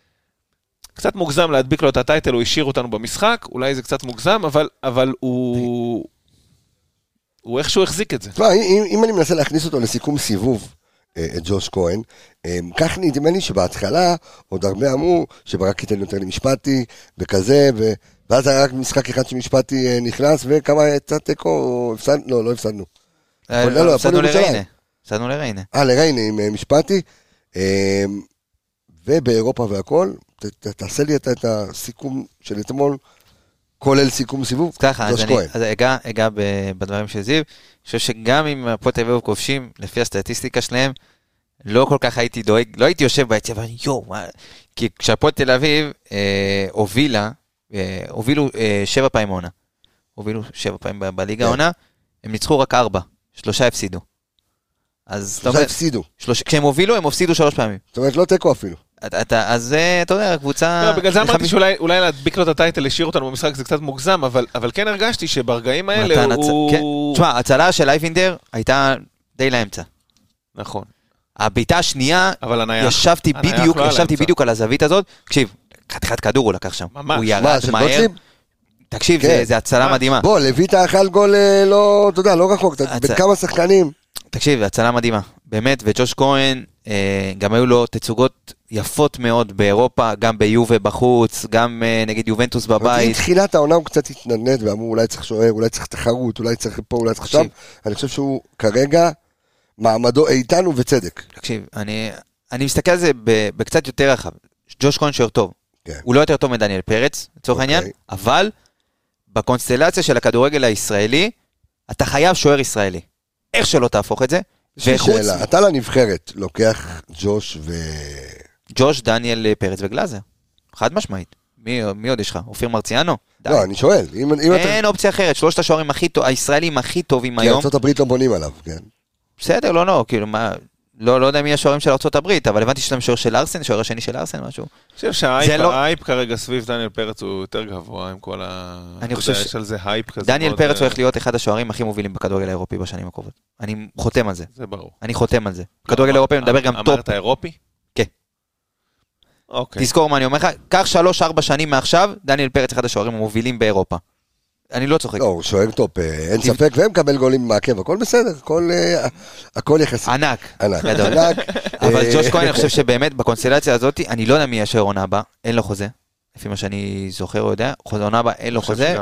קצת מוגזם להדביק לו את הטייטל, הוא השאיר אותנו במשחק, אולי זה קצת מוגזם, אבל הוא איכשהו החזיק את זה. אם אני מנסה להכניס אותו לסיכום סיבוב, את ג'וש כהן, כך נדמה לי שבהתחלה עוד הרבה אמרו שברק ייתן יותר למשפטי וכזה, ואז היה רק משחק אחד שמשפטי נכנס, וכמה יצא תיקו, לא הפסדנו. הפסדנו לריינה. לריינה עם משפטי, ובאירופה והכל, תעשה לי את הסיכום של אתמול, כולל סיכום סיבוב, ג'וש כהן. אז אגע בדברים של זיו, אני חושב שגם אם הפועל תל אביב כובשים, לפי הסטטיסטיקה שלהם, לא כל כך הייתי דואג, לא הייתי יושב ביציע, אבל כי כשהפועל תל אביב הובילו 7 פעמים עונה. הובילו 7 פעמים בליגה עונה, הם ניצחו רק 4, 3 הפסידו. 3 הפסידו. כשהם הובילו, הם הפסידו 3 פעמים. זאת אומרת, לא תיקו אפילו. אז אתה יודע, הקבוצה... בגלל זה אמרתי שאולי להדביק לו את הטייטל, לשאיר אותנו במשחק, זה קצת מוגזם, אבל כן הרגשתי שברגעים האלה הוא... תשמע, הצלה של אייבינדר הייתה די לאמצע. נכון. הביתה השנייה, ישבתי בדיוק על הזווית הזאת, תקשיב, חתיכת כדור הוא לקח שם. הוא ירד מהר. תקשיב, כן. זה הצלה מדהימה. בוא, לויטה אכל גול לא, אתה יודע, לא רחוק, בין כמה שחקנים. תקשיב, זה הצלה מדהימה. באמת, וג'וש כהן, גם היו לו תצוגות יפות מאוד באירופה, גם ביובה בחוץ, גם נגיד יובנטוס בבית. תחילת העונה הוא קצת התנדנד, ואמרו אולי צריך שוער, אולי צריך תחרות, אולי צריך פה, אולי צריך שם. אני חושב שהוא כרגע מעמדו איתן ובצדק. תקשיב, אני מסתכל על זה בקצת יותר רחב. ג'וש כהן שוער טוב. כן. הוא לא יותר טוב מדניאל פרץ, לצורך העניין, אבל בקונסטלציה של הכדורגל הישראלי, אתה חייב שוער ישראלי. איך שלא תהפוך את זה? שאלה, אתה לנבחרת לוקח ג'וש ג'וש, דניאל פרץ וגלאזר. חד משמעית. מי עוד יש לך? אופיר מרציאנו? לא, אני שואל. אין אופציה אחרת. שלושת השוערים הישראלים הכי טובים היום. כי ארצות הברית לא בונים עליו, כן. בסדר, לא, כאילו מה... לא יודע מי השוערים של ארצות הברית, אבל הבנתי שיש להם שוער של ארסן, שוער השני של ארסן, משהו. אני חושב שההייפ כרגע סביב דניאל פרץ הוא יותר גבוה עם כל אני חושב יש על זה הייפ כזה. דניאל פרץ הולך להיות אחד השוערים הכי מובילים בכדורגל האירופי בשנים הקרובות. אני חותם על זה. זה ברור. אני חותם על זה. בכדורגל האירופי מדבר גם טופ. אמרת אירופי? כן. תזכור מה אני אומר לך, קח 3-4 שנים מעכשיו, דניאל פרץ אחד השוערים המובילים באירופה. אני לא צוחק. לא, הוא שוער טופ, אין ספק, והם מקבל גולים מעקב, הכל בסדר, הכל יחסי. ענק. גדול. אבל ג'וש כהן, אני חושב שבאמת בקונסטלציה הזאת, אני לא יודע מי השוער עונה הבא, אין לו חוזה. לפי מה שאני זוכר או יודע, עונה הבא אין לו חוזה,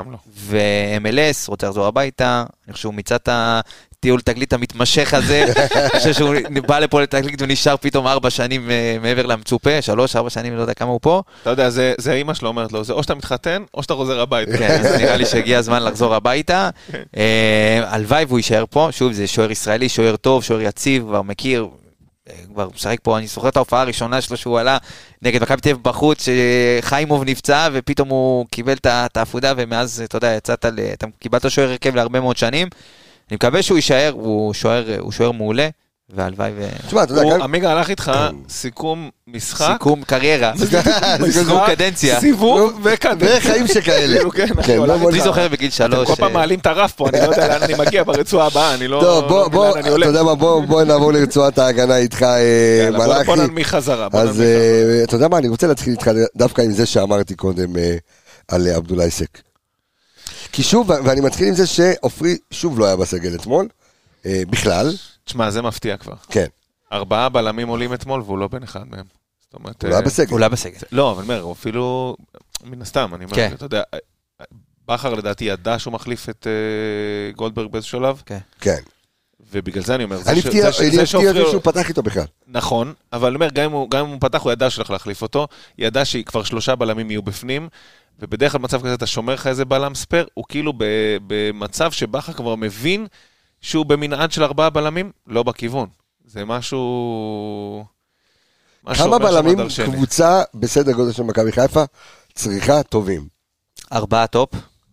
ו-MLS רוצה לחזור הביתה, אני חושב שהוא מיצה את הטיול תגלית המתמשך הזה, אני חושב שהוא בא לפה לתגלית ונשאר פתאום 4 שנים מעבר למצופה, 3-4 שנים, לא יודע כמה הוא פה. אתה יודע, זה האמא שלו אומרת לו, זה או שאתה מתחתן, או שאתה חוזר הביתה. כן, אז נראה לי שהגיע הזמן לחזור הביתה. הלוואי והוא יישאר פה, שוב, זה שוער ישראלי, שוער טוב, שוער יציב, כבר מכיר, כבר משחק פה, אני זוכר את ההופעה הראשונה שלו שהוא עלה נגד מכבי תל אביב בחוץ, שחיימוב נפצע ופתאום הוא קיבל את העפודה, ומאז, אתה יודע, אתה קיבלת שוער הרכב להרבה מאוד שנים. אני מקווה שהוא יישאר, הוא שוער מעולה, והלוואי תשמע, אתה יודע, עמיגה הלך איתך, סיכום משחק, סיכום קריירה, סיכום קדנציה, סיבוב וקדנציה. וחיים שכאלה. אני זוכר בגיל 3. כל פעם מעלים את הרף פה, אני לא יודע לאן אני מגיע ברצועה הבאה, אני לא... טוב, בוא, אתה יודע מה, בוא נעבור לרצועת ההגנה איתך, מלאכי. בוא ננמיך חזרה. אז אתה יודע מה, אני רוצה להתחיל איתך דווקא עם זה שאמרתי קודם על עבדולאי סק. כי שוב, ואני מתחיל עם זה שאופרי שוב לא היה בסגל אתמול, בכלל. תשמע, זה מפתיע כבר. כן. 4 בלמים עולים אתמול, והוא לא בין אחד מהם. זאת אומרת... הוא לא היה בסגל. הוא לא היה בסגל. לא, אבל אומר, אפילו... מן הסתם, אני אומר, אתה יודע, בכר לדעתי ידע שהוא מחליף את גולדברג באיזשהו שלב. כן. ובגלל זה אני אומר, אני הפתיע שהוא פתח איתו בכלל. נכון, אבל אומר, גם אם הוא פתח, הוא ידע שלך להחליף אותו, ידע שכבר 3 בלמים יהיו בפנים, ובדרך כלל במצב כזה אתה שומר לך איזה בלם ספר, הוא כאילו במצב שבכר כבר מבין שהוא במנעד של 4 בלמים, לא בכיוון. זה משהו... כמה בלמים קבוצה בסדר גודל של מכבי חיפה צריכה טובים? 4 טופ,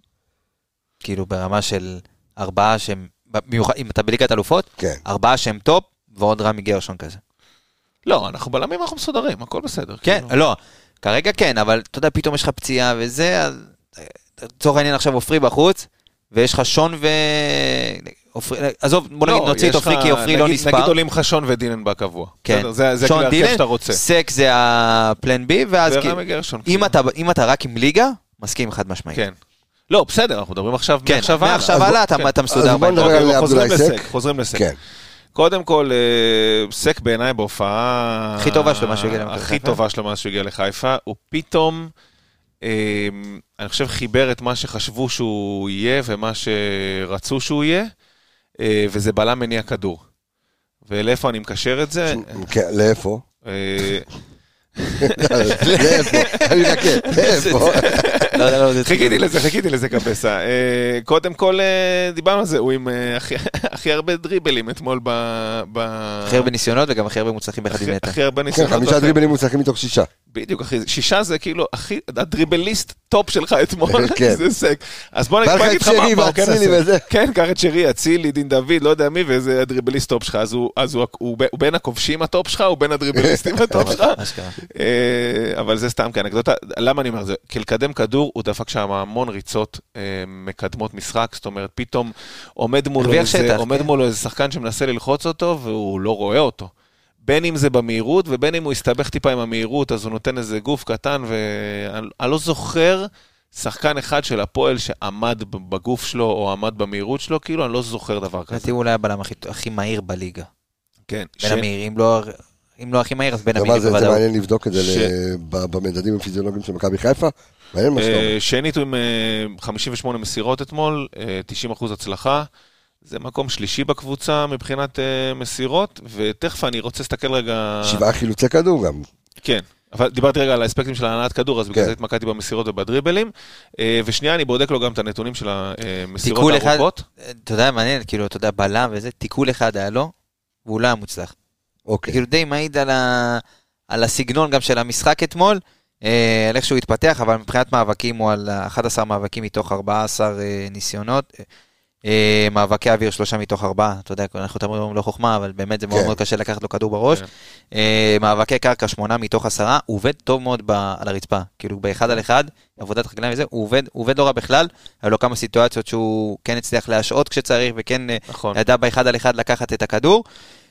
כאילו ברמה של 4 שהם, אם אתה בליגת אלופות, 4 שהם טופ, ועוד רמי גרשון כזה. לא, אנחנו בלמים, אנחנו מסודרים, הכל בסדר. כן, לא, כרגע כן, אבל אתה יודע, פתאום יש לך פציעה וזה, צורך העניין עכשיו אופרי בחוץ, ויש לך שון עזוב, בוא נגיד, נוציא את אופרי כי אופרי לא נספר. נגיד עולים לך שון ודילן בקבוע. כן. זה כאילו הרכב שאתה רוצה. סק זה הפלן בי, ואז אם אתה רק עם ליגה, מסכים חד משמעית. כן. לא, בסדר, אנחנו מדברים עכשיו מעכשיו הלאה, אתה מסודר. אז בוא נדבר על עבדולאי סק. חוזרים לסק. קודם כל, סק בעיניי בהופעה... הכי טובה שלו מה שהוא הגיע לחיפה. הכי טובה שלו מה שהוא הגיע לחיפה. הוא פתאום... אני חושב חיבר את מה שחשבו שהוא יהיה ומה שרצו שהוא יהיה, וזה בלם מניע כדור. ולאיפה אני מקשר את זה? לאיפה? לאיפה? אני רקה, לאיפה? חיכיתי לזה קפסה. קודם כל דיברנו על זה, הוא עם הכי הרבה דריבלים אתמול הכי הרבה ניסיונות וגם הכי הרבה מוצלחים באחד עם נטע. הכי הרבה ניסיונות. 5 דריבלים מוצלחים מתוך 6. בדיוק, אחי. 6 זה כאילו הדריבליסט טופ שלך אתמול. זה סק. אז בוא נגיד לך מה הוא כן עושה. כן, קח את שרי, אצילי, דין דוד, לא יודע מי, וזה הדריבליסט טופ שלך. אז הוא בין הכובשים הטופ שלך, הוא בין הדריבליסטים הטופ שלך. אבל זה סתם כאנקדוטה. למה אני אומר זה? כי לקדם כדור, הוא דפק שם המון ריצות מקדמות משחק, זאת אומרת, פתאום עומד מולו איזה שחקן שמנסה ללחוץ אותו, והוא לא רואה אותו. בין אם זה במהירות, ובין אם הוא הסתבך טיפה עם המהירות, אז הוא נותן איזה גוף קטן, ואני לא זוכר שחקן אחד של הפועל שעמד בגוף שלו, או עמד במהירות שלו, כאילו אני לא זוכר דבר כזה. לדעתי אולי הבלם הכי מהיר בליגה. כן. בין המהיר, אם לא הכי מהיר, אז בין המהיר בוודאות. זה מעניין לבדוק את זה במדדים הפיזיולוגיים של מכבי חיפה. מעניין מה שאתה. שנית הוא עם 58 מסירות אתמול, 90% הצלחה. זה מקום שלישי בקבוצה מבחינת מסירות, ותכף אני רוצה להסתכל רגע... 7 חילוצי כדור גם. כן, אבל דיברתי רגע על האספקטים של הענת כדור, אז בגלל זה התמקדתי במסירות ובדריבלים, ושנייה אני בודק לו גם את הנתונים של המסירות הארוכות. אתה יודע, מעניין, כאילו, אתה יודע, בלם וזה, תיקול אחד היה לו, והוא לא היה מוצלח. אוקיי. כאילו די מעיד על הסגנון גם של המשחק אתמול, על איך שהוא התפתח, אבל מבחינת מאבקים הוא על 11 מאבקים מתוך 14 ניסיונות, מאבקי אוויר 3 מתוך 4, אתה יודע, אנחנו תאמרים לא חוכמה, אבל באמת זה מאוד מאוד קשה לקחת לו כדור בראש. מאבקי קרקע 8 מתוך 10, הוא עובד טוב מאוד על הרצפה, כאילו באחד על אחד, עבודת רגליים וזה, הוא עובד לא רע בכלל, היו לו כמה סיטואציות שהוא כן הצליח להשעות כשצריך, וכן ידע באחד על אחד לקחת את הכדור.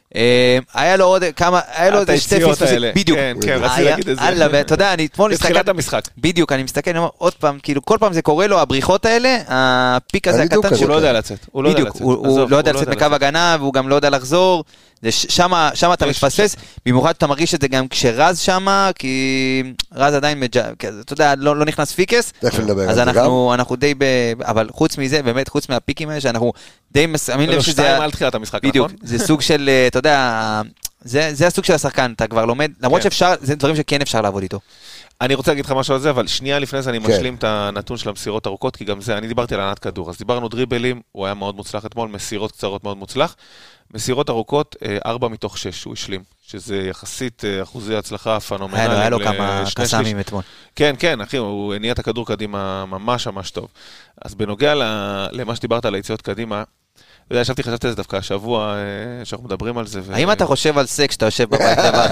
היה לו עוד כמה, היה לו עוד שתי פספוסים, בדיוק, כן, רציתי להגיד את זה. אתה יודע, אני אתמול בתחילת המשחק. בדיוק, אני מסתכל, אני אומר, עוד פעם, כאילו, כל פעם זה קורה לו, הבריחות האלה, הפיק הזה הקטן שהוא לא יודע לצאת. בדיוק, הוא לא יודע לצאת מקו הגנה, והוא גם לא יודע לחזור, שמה אתה מתפספס, במיוחד אתה מרגיש את זה גם כשרז שמה, כי רז עדיין, אתה יודע, לא נכנס פיקס, אז אנחנו די, אבל חוץ מזה, באמת, חוץ מהפיקים האלה, שאנחנו די מסיימים לב שזה, בדיוק, זה סוג של, אתה יודע, זה הסוג של השחקן, אתה כבר לומד, למרות שאפשר, זה דברים שכן אפשר לעבוד איתו. אני רוצה להגיד לך משהו על זה, אבל שנייה לפני זה אני משלים את הנתון של המסירות ארוכות, כי גם זה, אני דיברתי על ענת כדור, אז דיברנו דריבלים, הוא היה מאוד מוצלח אתמול, מסירות קצרות מאוד מוצלח, מסירות ארוכות, 4 מתוך 6 הוא השלים, שזה יחסית אחוזי הצלחה פנומנליים. היה לו כמה קסמים אתמול. כן, כן, אחי, הוא הניע את הכדור קדימה ממש ממש טוב. אז בנוגע למה שדיברת על היציאות קדימה, ישבתי, חשבתי על זה דווקא השבוע שאנחנו מדברים על זה. האם אתה חושב על סק שאתה יושב בבית לבד?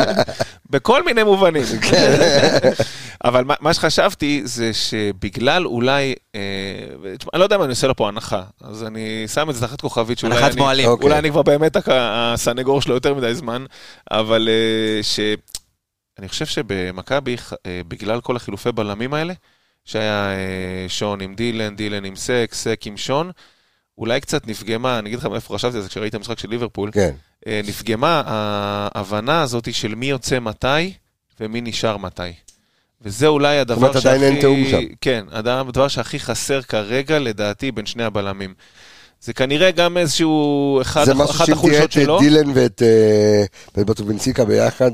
בכל מיני מובנים. אבל מה שחשבתי זה שבגלל אולי, אני לא יודע מה אני עושה לו פה הנחה, אז אני שם את זה תחת כוכבית שאולי אני כבר באמת הסנגור שלו יותר מדי זמן, אבל אני חושב שבמכבי, בגלל כל החילופי בלמים האלה, שהיה שון עם דילן, דילן עם סק, סק עם שון, אולי קצת נפגמה, אני אגיד לך איפה חשבתי על זה, כשראיתי המשחק של ליברפול, נפגמה ההבנה הזאת של מי יוצא מתי ומי נשאר מתי. וזה אולי הדבר כן, הדבר שהכי חסר כרגע לדעתי בין שני הבלמים. זה כנראה גם איזשהו אחת החולשות שלו. זה משהו שתהיה את דילן ואת בטובינציקה ביחד,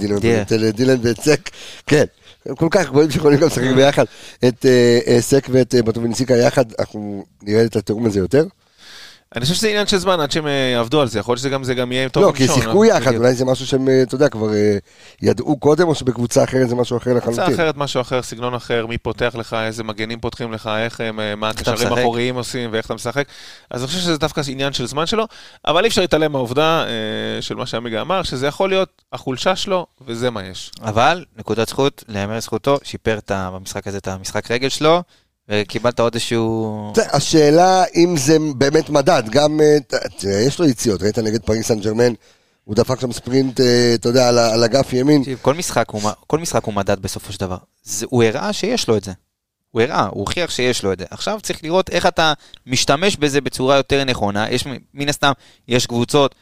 דילן ואת סק, כן. כל כך גבוהים שיכולים גם לשחק ביחד את סק ואת בטובינציקה יחד, אנחנו נראה את התיאום הזה יותר. אני חושב שזה עניין של זמן עד שהם יעבדו על זה, יכול להיות שזה גם יהיה טוב. לא, כי שיחקו יחד, אולי זה משהו שהם, אתה יודע, כבר ידעו קודם, או שבקבוצה אחרת זה משהו אחר לחלוטין. קבוצה אחרת, משהו אחר, סגנון אחר, מי פותח לך, איזה מגנים פותחים לך, איך הם, מה הקשרים אחוריים עושים, ואיך אתה משחק. אז אני חושב שזה דווקא עניין של זמן שלו, אבל אי אפשר להתעלם מהעובדה של מה שעמיגה אמר, שזה יכול להיות החולשה שלו, וזה מה יש. אבל, נקודת זכות, להיאמר זכותו, שיפר במשחק הזה את המשחק רגל שלו, וקיבלת עוד איזשהו... השאלה אם זה באמת מדד, גם יש לו יציאות, ראית נגד פריס סן ז'רמן, הוא דפק שם ספרינט, אתה יודע, על אגף ימין. כל משחק הוא מדד בסופו של דבר. הוא הראה שיש לו את זה. הוא הוכיח שיש לו את זה. עכשיו צריך לראות איך אתה משתמש בזה בצורה יותר נכונה. מן הסתם, יש קבוצות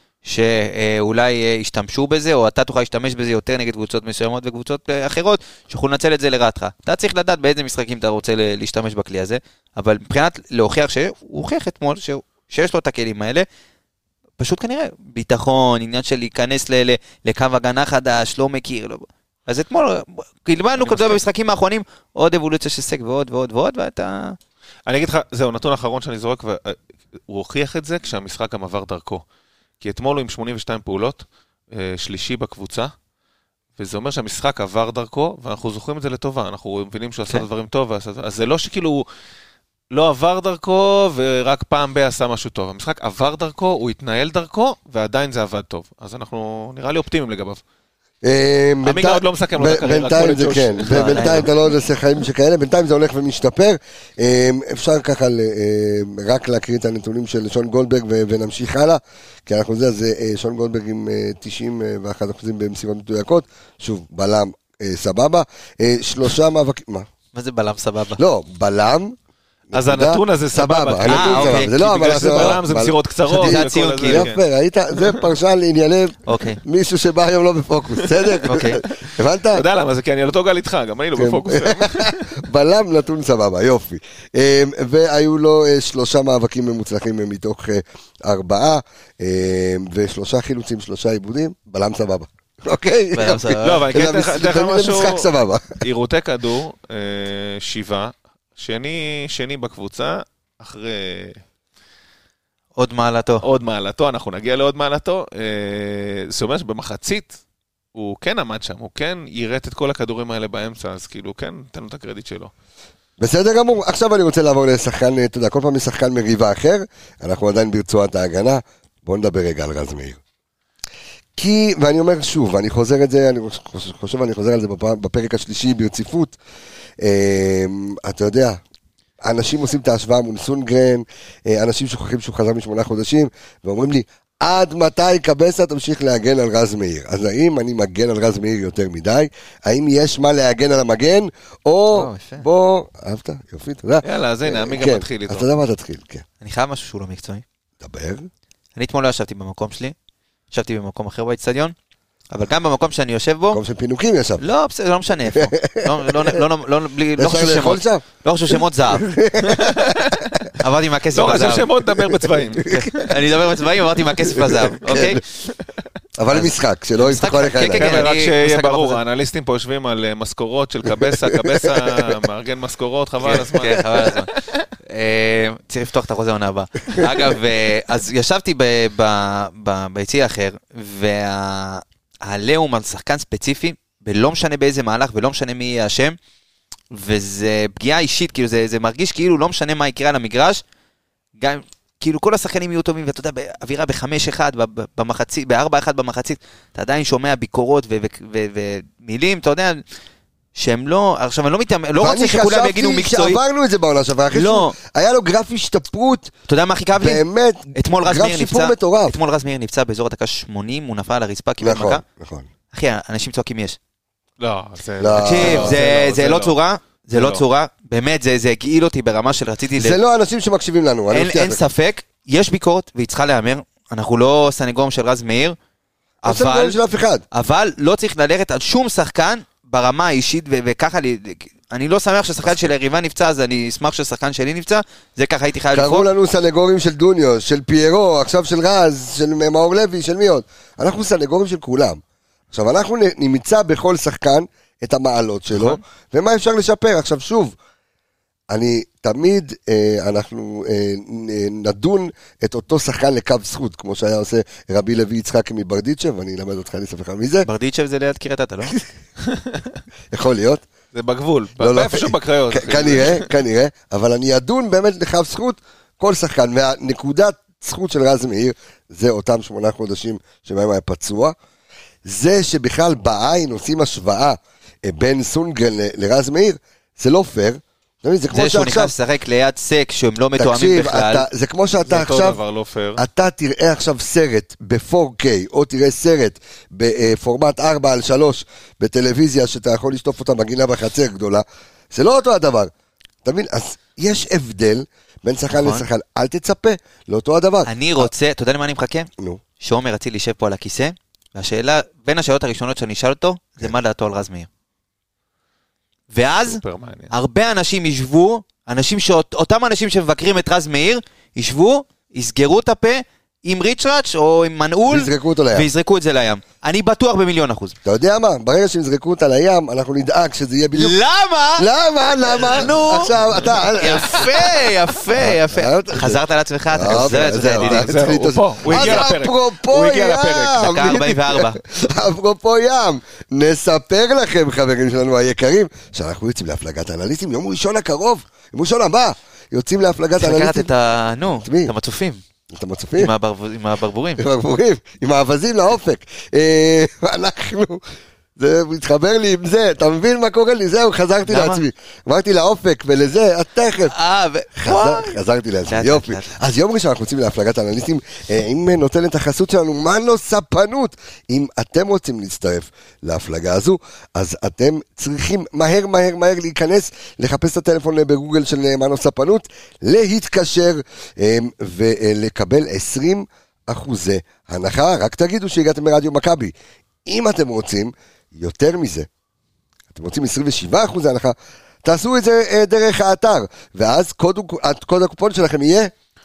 שאולי ישתמשו בזה, או אתה תוכל להשתמש בזה יותר נגד קבוצות מסוימות וקבוצות אחרות, שיכולו לנצל את זה לרעתך. אתה צריך לדעת באיזה משחקים אתה רוצה להשתמש בכלי הזה, אבל מבחינת להוכיח שהוא הוכיח אתמול שיש לו את הכלים האלה, פשוט כנראה ביטחון, עניין של להיכנס לקו הגנה חדש, לא מכיר, לא... אז אתמול, קלבנו כזה במשחקים האחרונים, עוד אבולוציה של סק ועוד ועוד ועוד, ואתה... אני אגיד לך, זהו, נתון האחרון שאני זורק, והוא הוכיח את זה כשהמשחק גם עבר דרכו. כי אתמול הוא עם 82 פעולות, שלישי בקבוצה, וזה אומר שהמשחק עבר דרכו, ואנחנו זוכרים את זה לטובה, אנחנו מבינים שהוא עשה דברים טוב, אז זה לא שכאילו הוא לא עבר דרכו, ורק פעם עשה משהו טוב. המשחק עבר דרכו, הוא התנהל דרכו, ועדיין זה עבד טוב. אז אנחנו נראה לי אופטימיים לגביו. עמיגה עוד לא מסכם לו את הקריירה. בינתיים זה כן, ובינתיים אתה לא עושה חיים שכאלה, בינתיים זה הולך ומשתפר. אפשר ככה רק להקריא את הנתונים של שון גולדברג ונמשיך הלאה, כי אנחנו זה, אז שון גולדברג עם 91% במסירות מדויקות, שוב, בלם סבבה, 3 מאבקים, מה? מה זה בלם סבבה? לא, בלם. אז הנתון הזה סבבה. הנתון אוקיי. סבבה. זה לא בגלל שזה בלם, זה מסירות קצרות. זה הציון, כאילו. יפה, ראית? זה פרשן לענייני אוקיי. מישהו שבא היום לא בפוקוס, בסדר? אוקיי. הבנת? אתה יודע למה? זה כי אני על אותו גל איתך, גם אני לא בפוקוס. בלם נתון סבבה, יופי. והיו לו 3 מאבקים ממוצלחים מתוך 4, ו3 חילוצים, 3 עיבודים, בלם סבבה. אוקיי? בלם סבבה. לא, אבל אני כן אתן לך משהו. משחק סבבה. עירותי כדור, 7, שני בקבוצה, אחרי עוד מעלתו. עוד מעלתו, אנחנו נגיע לעוד מעלתו. זה אומר שבמחצית הוא כן עמד שם, הוא כן יירט את כל הכדורים האלה באמצע, אז כאילו כן, תן לו את הקרדיט שלו. בסדר גמור, עכשיו אני רוצה לעבור לשחקן, אתה יודע, כל פעם משחקן מריבה אחר, אנחנו עדיין ברצועת ההגנה, בואו נדבר רגע על רז מאיר. כי, ואני אומר שוב, אני חוזר את זה, אני חוזר על זה בפרק השלישי ברציפות, אתה יודע, אנשים עושים את ההשוואה מול סונגרן, אנשים שוכחים שהוא חזר מ8 חודשים, ואומרים לי, עד מתי קבסה תמשיך להגן על רז מאיר? אז האם אני מגן על רז מאיר יותר מדי? האם יש מה להגן על המגן? או בוא, אהבת? יופי, תודה. יאללה, אז הנה, עמי גם מתחיל איתו. אז אתה יודע מה תתחיל, כן. אני חייב משהו שהוא לא מקצועי. דבר. אני אתמול לא ישבתי במקום שלי, ישבתי במקום אחר באצטדיון, אבל גם במקום שאני יושב בו... במקום של פינוקים ישב. לא, בסדר, לא משנה איפה. לא חושב שמות. לא חושב שמות זהב. עברתי מהכסף לא לזהב. חושב שמות, דבר בצבעים. אני אדבר בצבעים, עברתי מהכסף לזהב, אוקיי? אבל משחק, שלא יפתחו עליך עליי. כן, רק שיהיה ברור, האנליסטים פה יושבים על משכורות של קבסה, מארגן משכורות, חבל על הזמן. כן, חבל על הזמן. צריך לפתוח את החוזה עונה הבאה. אגב, אז ישבתי ביציע אחר, והעליהום על שחקן ספציפי, ולא משנה באיזה מהלך, ולא משנה מי יהיה השם, וזה פגיעה אישית, כאילו זה מרגיש כאילו לא משנה מה יקרה על המגרש, גם כאילו כל השחקנים יהיו טובים, ואתה יודע, באווירה ב5-1 במחצית, ב4-1 במחצית, אתה עדיין שומע ביקורות ומילים, אתה יודע, שהם לא, עכשיו אני לא רוצה שכולם יגידו מקצועי. ואני חשבתי שעברנו את זה בעונה שעברה, אחרי שהוא היה לו גרף השתפרות, אתה יודע מה הכי כאב לי? באמת, גרף שיפור מטורף. אתמול רז מאיר נפצע באזור הדקה 80, הוא נפל על הרצפה, קיבל מכה. נכון. אחי, אנשים צועקים יש. לא, תקשיב, זה לא צורה, זה לא צורה, באמת, זה הגעיל אותי ברמה של רציתי... זה לא אנשים שמקשיבים לנו, אין ספק, יש ביקורת, והיא צריכה להיאמר, אנחנו לא סנגורים של רז מאיר, אבל לא צריך ללכת על שום שחקן ברמה האישית, וככה אני לא שמח ששחקן של היריבה נפצע, אז אני אשמח ששחקן שלי נפצע, זה ככה הייתי חייב לבחור. קראו לנו סנגורים של דוניו, של פיירו, עכשיו של רז, של מאור לוי, של מי עוד? אנחנו סנגורים של כולם. עכשיו אנחנו נמצא בכל שחקן את המעלות שלו, ומה אפשר לשפר. עכשיו שוב, אני תמיד, אנחנו נדון את אותו שחקן לקו זכות, כמו שהיה עושה רבי לוי יצחק מברדיצ'ב, ואני אלמד אותך לספר מי זה. ברדיצ'ב זה ליד קריית אתא, לא? יכול להיות. זה בגבול, איפשהו בקריות. כנראה, אבל אני אדון באמת לקו זכות כל שחקן, והנקודת זכות של רז מאיר, זה אותם 8 חודשים שבהם היה פצוע, זה שבכלל בעין עושים השוואה בין סונגרן לרז מאיר, זה לא פייר. זה שהוא נכנס לשחק ליד סק שהם לא מתואמים בכלל. זה כמו שאתה עכשיו, אתה תראה עכשיו סרט ב-4K, או תראה סרט בפורמט 4:3 בטלוויזיה, שאתה יכול לשטוף אותה מגינה בחצר גדולה, זה לא אותו הדבר. אתה מבין? אז יש הבדל בין שחקן לשחקן, אל תצפה, לא אותו הדבר. אני רוצה, אתה יודע למה אני מחכה? נו. שעומר רציתי להישב פה על הכיסא, והשאלה, בין השאלות הראשונות שאני אשאל אותו, זה מה דעתו על רז מאיר. ואז הרבה אנשים ישבו, אותם אנשים שמבקרים את רז מאיר, ישבו, יסגרו את הפה עם ריצ'ראץ' או עם מנעול, ויזרקו את זה לים. אני בטוח ב1,000,000%. אתה יודע מה? ברגע שיזרקו אותה לים, אנחנו נדאג שזה יהיה בדיוק... למה? נו! עכשיו, אתה... יפה. חזרת על עצמך, אתה חוזר את זה, הוא פה, הוא הגיע לפרק. דקה 44. אפרופו ים, נספר לכם, חברים שלנו היקרים, שאנחנו יוצאים להפלגת האנליסטים, יום ראשון הקרוב, יום ראשון הבא, יוצאים להפלגת האנליסטים. לקחת את המצופים. את המצופים? עם הברבורים. עם האווזים לאופק. אנחנו זה מתחבר לי עם זה, אתה מבין מה קורה לי? זהו, חזרתי לעצמי. אמרתי לאופק ולזה, תכף. חזרתי לעצמי, יופי. אז יום ראשון אנחנו יוצאים להפלגת האנליסטים, אם נותנת החסות שלנו, מנו ספנות. אם אתם רוצים להצטרף להפלגה הזו, אז אתם צריכים מהר להיכנס, לחפש את הטלפון בגוגל של מנו ספנות, להתקשר ולקבל 20% הנחה. רק תגידו שהגעתם מרדיו מכבי. אם אתם רוצים יותר מזה, אתם רוצים 27% הנחה, תעשו את זה דרך האתר, ואז קוד הקופון שלכם יהיה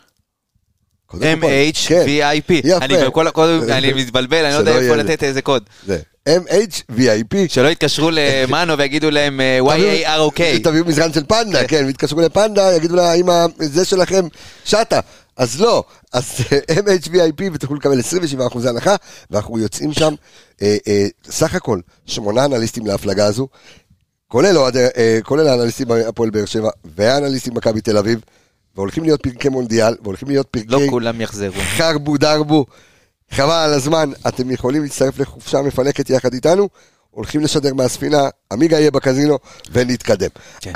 MHVIP. אני מתבלבל, אני לא יודע איפה לתת איזה קוד. זה MHVIP. שלא יתקשרו למאנו ויגידו להם YAROK. תביאו מזרן של פנדה, כן, ויתקשרו לפנדה, יגידו לה, אם זה שלכם שטה. אז לא, אז MHVIP ותוכלו לקבל 27% הנחה, ואנחנו יוצאים שם סך הכל 8 אנליסטים להפלגה הזו, כולל האנליסטים הפועל באר שבע והאנליסטים מכבי תל אביב, והולכים להיות פרקי מונדיאל, והולכים להיות פרקי לא כולם יחזרו. חרבו דרבו, חבל על הזמן, אתם יכולים להצטרף לחופשה מפנקת יחד איתנו, הולכים לשדר מהספינה, עמיגה יהיה בקזינו, ונתקדם.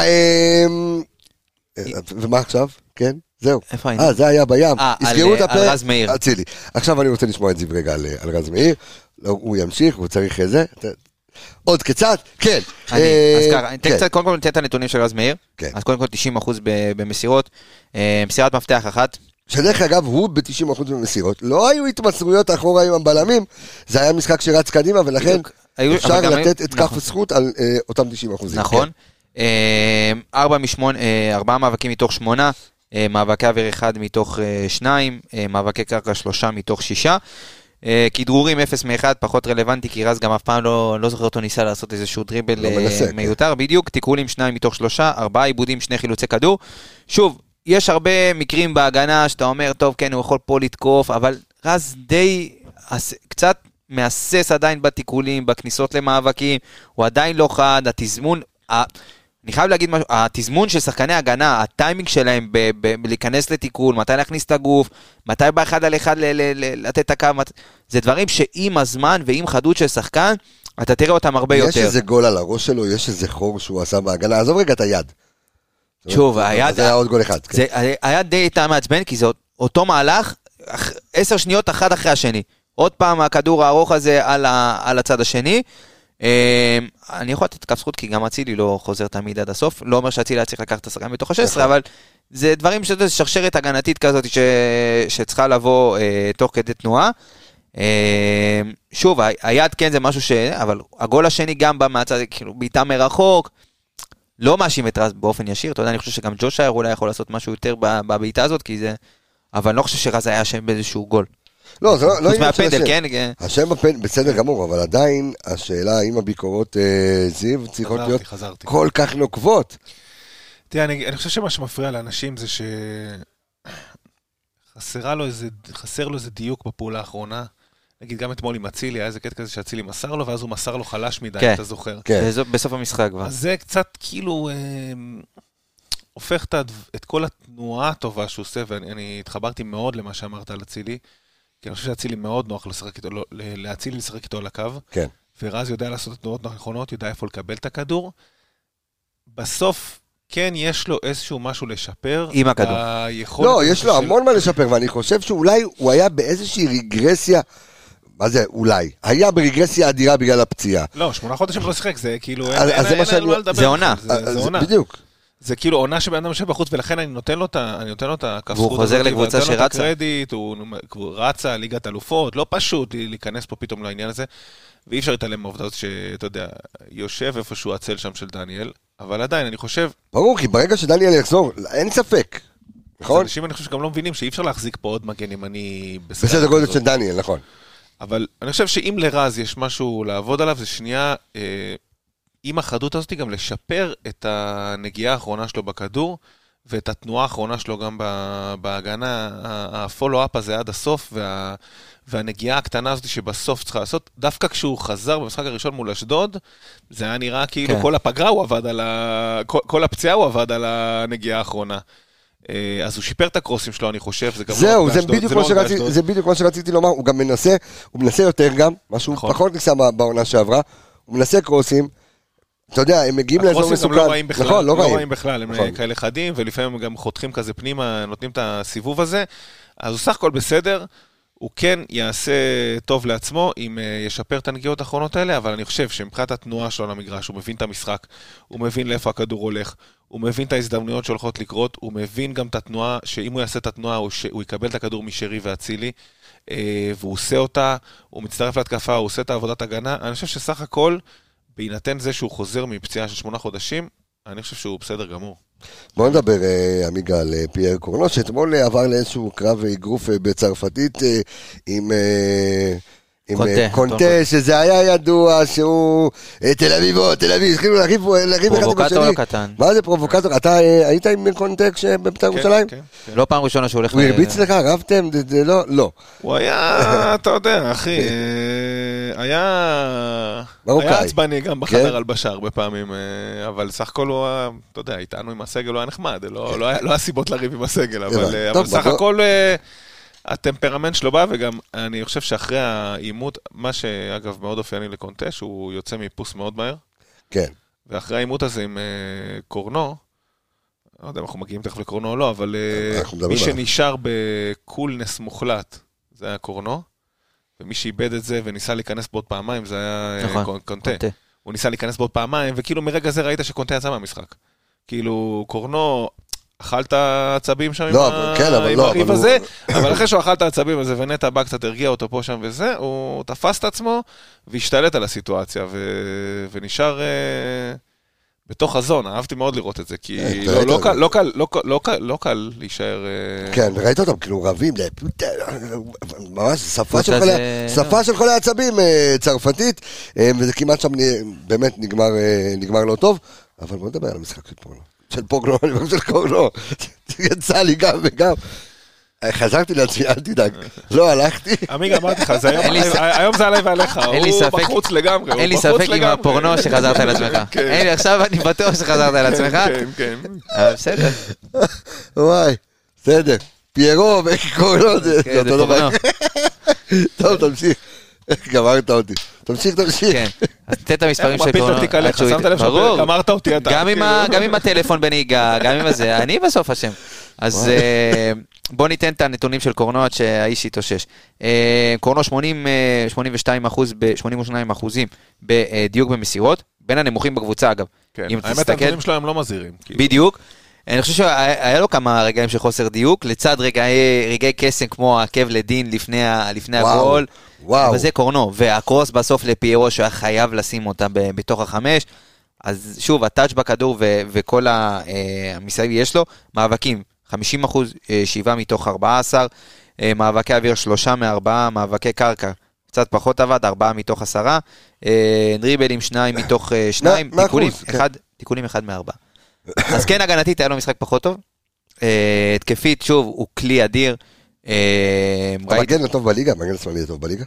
ומה עכשיו? כן? זהו. איפה היינו? זה היה בים. על רז מאיר. אצילי. עכשיו אני רוצה לשמוע את זיו רגע על רז מאיר. הוא ימשיך, הוא צריך איזה. עוד קצת? כן. אז ככה, קודם כל ניתן את הנתונים של רז מאיר. אז קודם כל 90% במסירות. מסירת מפתח אחת. שדרך אגב, הוא ב-90% במסירות. לא היו התמסרויות אחורה עם הבלמים. זה היה משחק שרץ קדימה, ולכן אפשר לתת את כף הזכות על אותם 90%. נכון. 4 מאבקים מתוך 8. מאבקי אוויר 1 מתוך 2, מאבקי קרקע 3 מתוך 6, כדרורים 0 מ-1, פחות רלוונטי, כי רז גם אף פעם לא זוכר אותו ניסה לעשות איזשהו דריבל מיותר, בדיוק, תיקולים 2 מתוך 3, 4 עיבודים, 2 חילוצי כדור. שוב, יש הרבה מקרים בהגנה שאתה אומר, טוב, כן, הוא יכול פה לתקוף, אבל רז די קצת מאסס עדיין בתיקולים, בכניסות למאבקים, הוא עדיין לא חד, התזמון, אני חייב להגיד משהו, התזמון של שחקני הגנה, הטיימינג שלהם להיכנס לתיקול, מתי להכניס את הגוף, מתי באחד על אחד לתת את הקו, זה דברים שעם הזמן ועם חדות של שחקן, אתה תראה אותם הרבה יותר. יש איזה גול על הראש שלו, יש איזה חור שהוא עשה בהגנה, עזוב רגע את היד. שוב, היד... זה היה עוד גול אחד. היד די הייתה מעצבן, כי זה אותו מהלך, 10 שניות אחד אחרי השני. עוד פעם הכדור הארוך הזה על הצד השני, אני יכול לתת כף זכות כי גם אצילי לא חוזר תמיד עד הסוף, לא אומר שאצילי היה צריך לקחת את השחקן מתוך ה-16, אבל זה דברים שזה שרשרת הגנתית כזאת שצריכה לבוא תוך כדי תנועה. שוב, היד כן זה משהו אבל הגול השני גם בא מהצד, כאילו בעיטה מרחוק, לא מאשים את רז באופן ישיר, אתה יודע, אני חושב שגם ג'ושייר אולי יכול לעשות משהו יותר בבעיטה הזאת, אבל אני לא חושב שרז היה אשם באיזשהו גול. לא, זה לא חוץ מהפנדל, כן? השם בפנדל, בסדר גמור, אבל עדיין השאלה האם הביקורות זיו צריכות להיות כל כך נוקבות. תראה, אני חושב שמה שמפריע לאנשים זה חסר לו איזה דיוק בפעולה האחרונה. נגיד גם אתמול עם אצילי, היה איזה קטע כזה שאצילי מסר לו, ואז הוא מסר לו חלש מדי, אתה זוכר. כן. בסוף המשחק כבר. אז זה קצת כאילו הופך את כל התנועה הטובה שהוא עושה, ואני התחברתי מאוד למה שאמרת על אצילי, כי אני חושב שאצילי מאוד נוח להצילי לשחק איתו על הקו, כן. ורז יודע לעשות את תנועות נכונות, יודע איפה לקבל את הכדור. בסוף, כן, יש לו איזשהו משהו לשפר. עם הכדור. לא, יש לו המון מה לשפר, ואני חושב שאולי הוא היה באיזושהי רגרסיה, מה זה אולי? היה ברגרסיה אדירה בגלל הפציעה. לא, 8 חודשים לא שחק, זה כאילו, זה עונה. זה עונה. בדיוק. זה כאילו עונה שבן אדם יושב בחוץ, ולכן אני נותן לו את הכף והוא חוזר לקבוצה שרצה. הוא רצה, ליגת אלופות, לא פשוט להיכנס פה פתאום לעניין הזה, ואי אפשר להתעלם מהעובדה שאתה יודע, יושב איפשהו הצל שם של דניאל, אבל עדיין אני חושב... ברור, כי ברגע שדניאל יחזור, אין ספק. נכון? אנשים אני חושב שגם לא מבינים שאי אפשר להחזיק פה עוד מגן אם אני... בסדר גודל של דניאל, נכון. אבל אני חושב שאם לרז יש משהו לעבוד עליו, זה שנייה... עם החדות הזאת גם לשפר את הנגיעה האחרונה שלו בכדור, ואת התנועה האחרונה שלו גם בהגנה, הפולו-אפ הזה עד הסוף, והנגיעה הקטנה הזאת שבסוף צריכה לעשות, דווקא כשהוא חזר במשחק הראשון מול אשדוד, זה היה נראה כאילו כל הפגרה הוא עבד כל הפציעה הוא עבד על הנגיעה האחרונה. אז הוא שיפר את הקרוסים שלו, אני חושב, זהו, זה בדיוק מה שרציתי לומר, הוא גם מנסה יותר גם, משהו פחות ניסה בעונה שעברה, הוא מנסה קרוסים, אתה יודע, הם מגיעים לאזור מסוכן. הקרוסים גם לא רעים בכלל, נכון, לא רעים בכלל, הם נכון. כאלה חדים, ולפעמים הם גם חותכים כזה פנימה, נותנים את הסיבוב הזה, אז הוא סך הכל בסדר, הוא כן יעשה טוב לעצמו, אם ישפר את הנגיעות האחרונות האלה, אבל אני חושב שמבחינת התנועה שלו על המגרש, הוא מבין את המשחק, הוא מבין לאיפה הכדור הולך, הוא מבין את ההזדמנויות שהולכות לקרות, הוא מבין גם את התנועה, שאם הוא יעשה את התנועה, הוא יקבל את הכדור משרי ואצילי, והוא עושה אותה, הוא מצטרף להתקפה, הוא עושה את העבודת הגנה, אני חושב שסך הכל, בהינתן זה שהוא חוזר מפציעה של 8 חודשים, אני חושב שהוא בסדר גמור. בוא נדבר, עמיגה, על פייר קורנו, שאתמול עבר לאיזשהו קרב אגרוף בצרפתית עם קונטה, שזה היה ידוע שהוא תל אביב, התחילו להריב אחד עם השני. לא קטן. מה זה פרובוקטור? אתה היית עם קונטה בבית"ר ירושלים? לא פעם ראשונה שהוא הולך... הוא הרביץ לך, רבתם? לא. הוא היה, אתה יודע, אחי, היה עצבני גם בחדר הלבשה הרבה פעמים, אבל סך הכל הוא, אתה יודע, איתנו עם הסגל הוא היה נחמד, לא הסיבות לריב עם הסגל, אבל סך הכל הטמפרמנט שלו בא, וגם אני חושב שאחרי האימות, מה שאגב מאוד אופייני לקונטה, שהוא יוצא מפוס מאוד מהר, כן. ואחרי האימות הזה עם קורנו, לא יודע אם אנחנו מגיעים תכף לקורנו או לא, אבל מי שנשאר בקולנס מוחלט, זה היה קורנו, ומי שאיבד את זה וניסה להיכנס בעוד פעמיים, זה היה קונטה. הוא ניסה להיכנס בעוד פעמיים, וכאילו מרגע זה ראית שקונטה יצא מהמשחק. כאילו קורנו אכל את העצבים שם עם הריב הזה, אבל אחרי שהוא אכל את העצבים הזה ונטע בא קצת הרגיע אותו פה שם וזה, הוא תפס את עצמו והשתלט על הסיטואציה, ונשאר בתוך הזון. אהבתי מאוד לראות את זה, כי לא קל להישאר... כן, וראית אותם כאילו רבים, ממש שפה של חולי עצבים צרפתית, וזה כמעט שם באמת נגמר לא טוב, אבל בוא נדבר על המשחק של פוגנו, אני חושב של קורנו, יצא לי גם וגם. חזרתי לעצמי, אל תדאג, לא הלכתי. עמיגה, אמרתי לך, היום זה עליי ועליך, הוא בחוץ לגמרי. אין לי ספק עם הפורנו שחזרת על עצמך. עכשיו אני בטוח שחזרת על עצמך. כן, כן. בסדר. וואי, בסדר. פיירו וקורנו, זה אותו דבר. טוב, תמשיך. גמרת אותי. תמשיך. כן. אז תתן את המספרים של קורנו. שמת לב שאמרת אותי אתה. גם עם הטלפון בנהיגה, גם עם הזה, אני בסוף השם. אז בוא ניתן את הנתונים של קורנו עד שהאיש יתאושש. קורנו 82% בדיוק במסירות, בין הנמוכים בקבוצה אגב. האמת הנתונים שלו הם לא מזהירים. בדיוק. אני חושב שהיה לו כמה רגעים של חוסר דיוק, לצד רגעי קסם כמו העקב לדין לפני הגול, וזה קורנו, והקרוס בסוף לפיירו שהיה חייב לשים אותה בתוך החמש, אז שוב, הטאץ' בכדור וכל המסביב יש לו, מאבקים, 50%, 7 מתוך 14, מאבקי אוויר 3 מ-4, מאבקי קרקע, קצת פחות עבד, 4 מתוך 10, דריבלים 2 מתוך 2, תיקולים 1 מ-4. אז כן, הגנתית היה לו משחק פחות טוב, התקפית, שוב, הוא כלי אדיר. המגן הטוב בליגה? המגן השמאלי הטוב בליגה?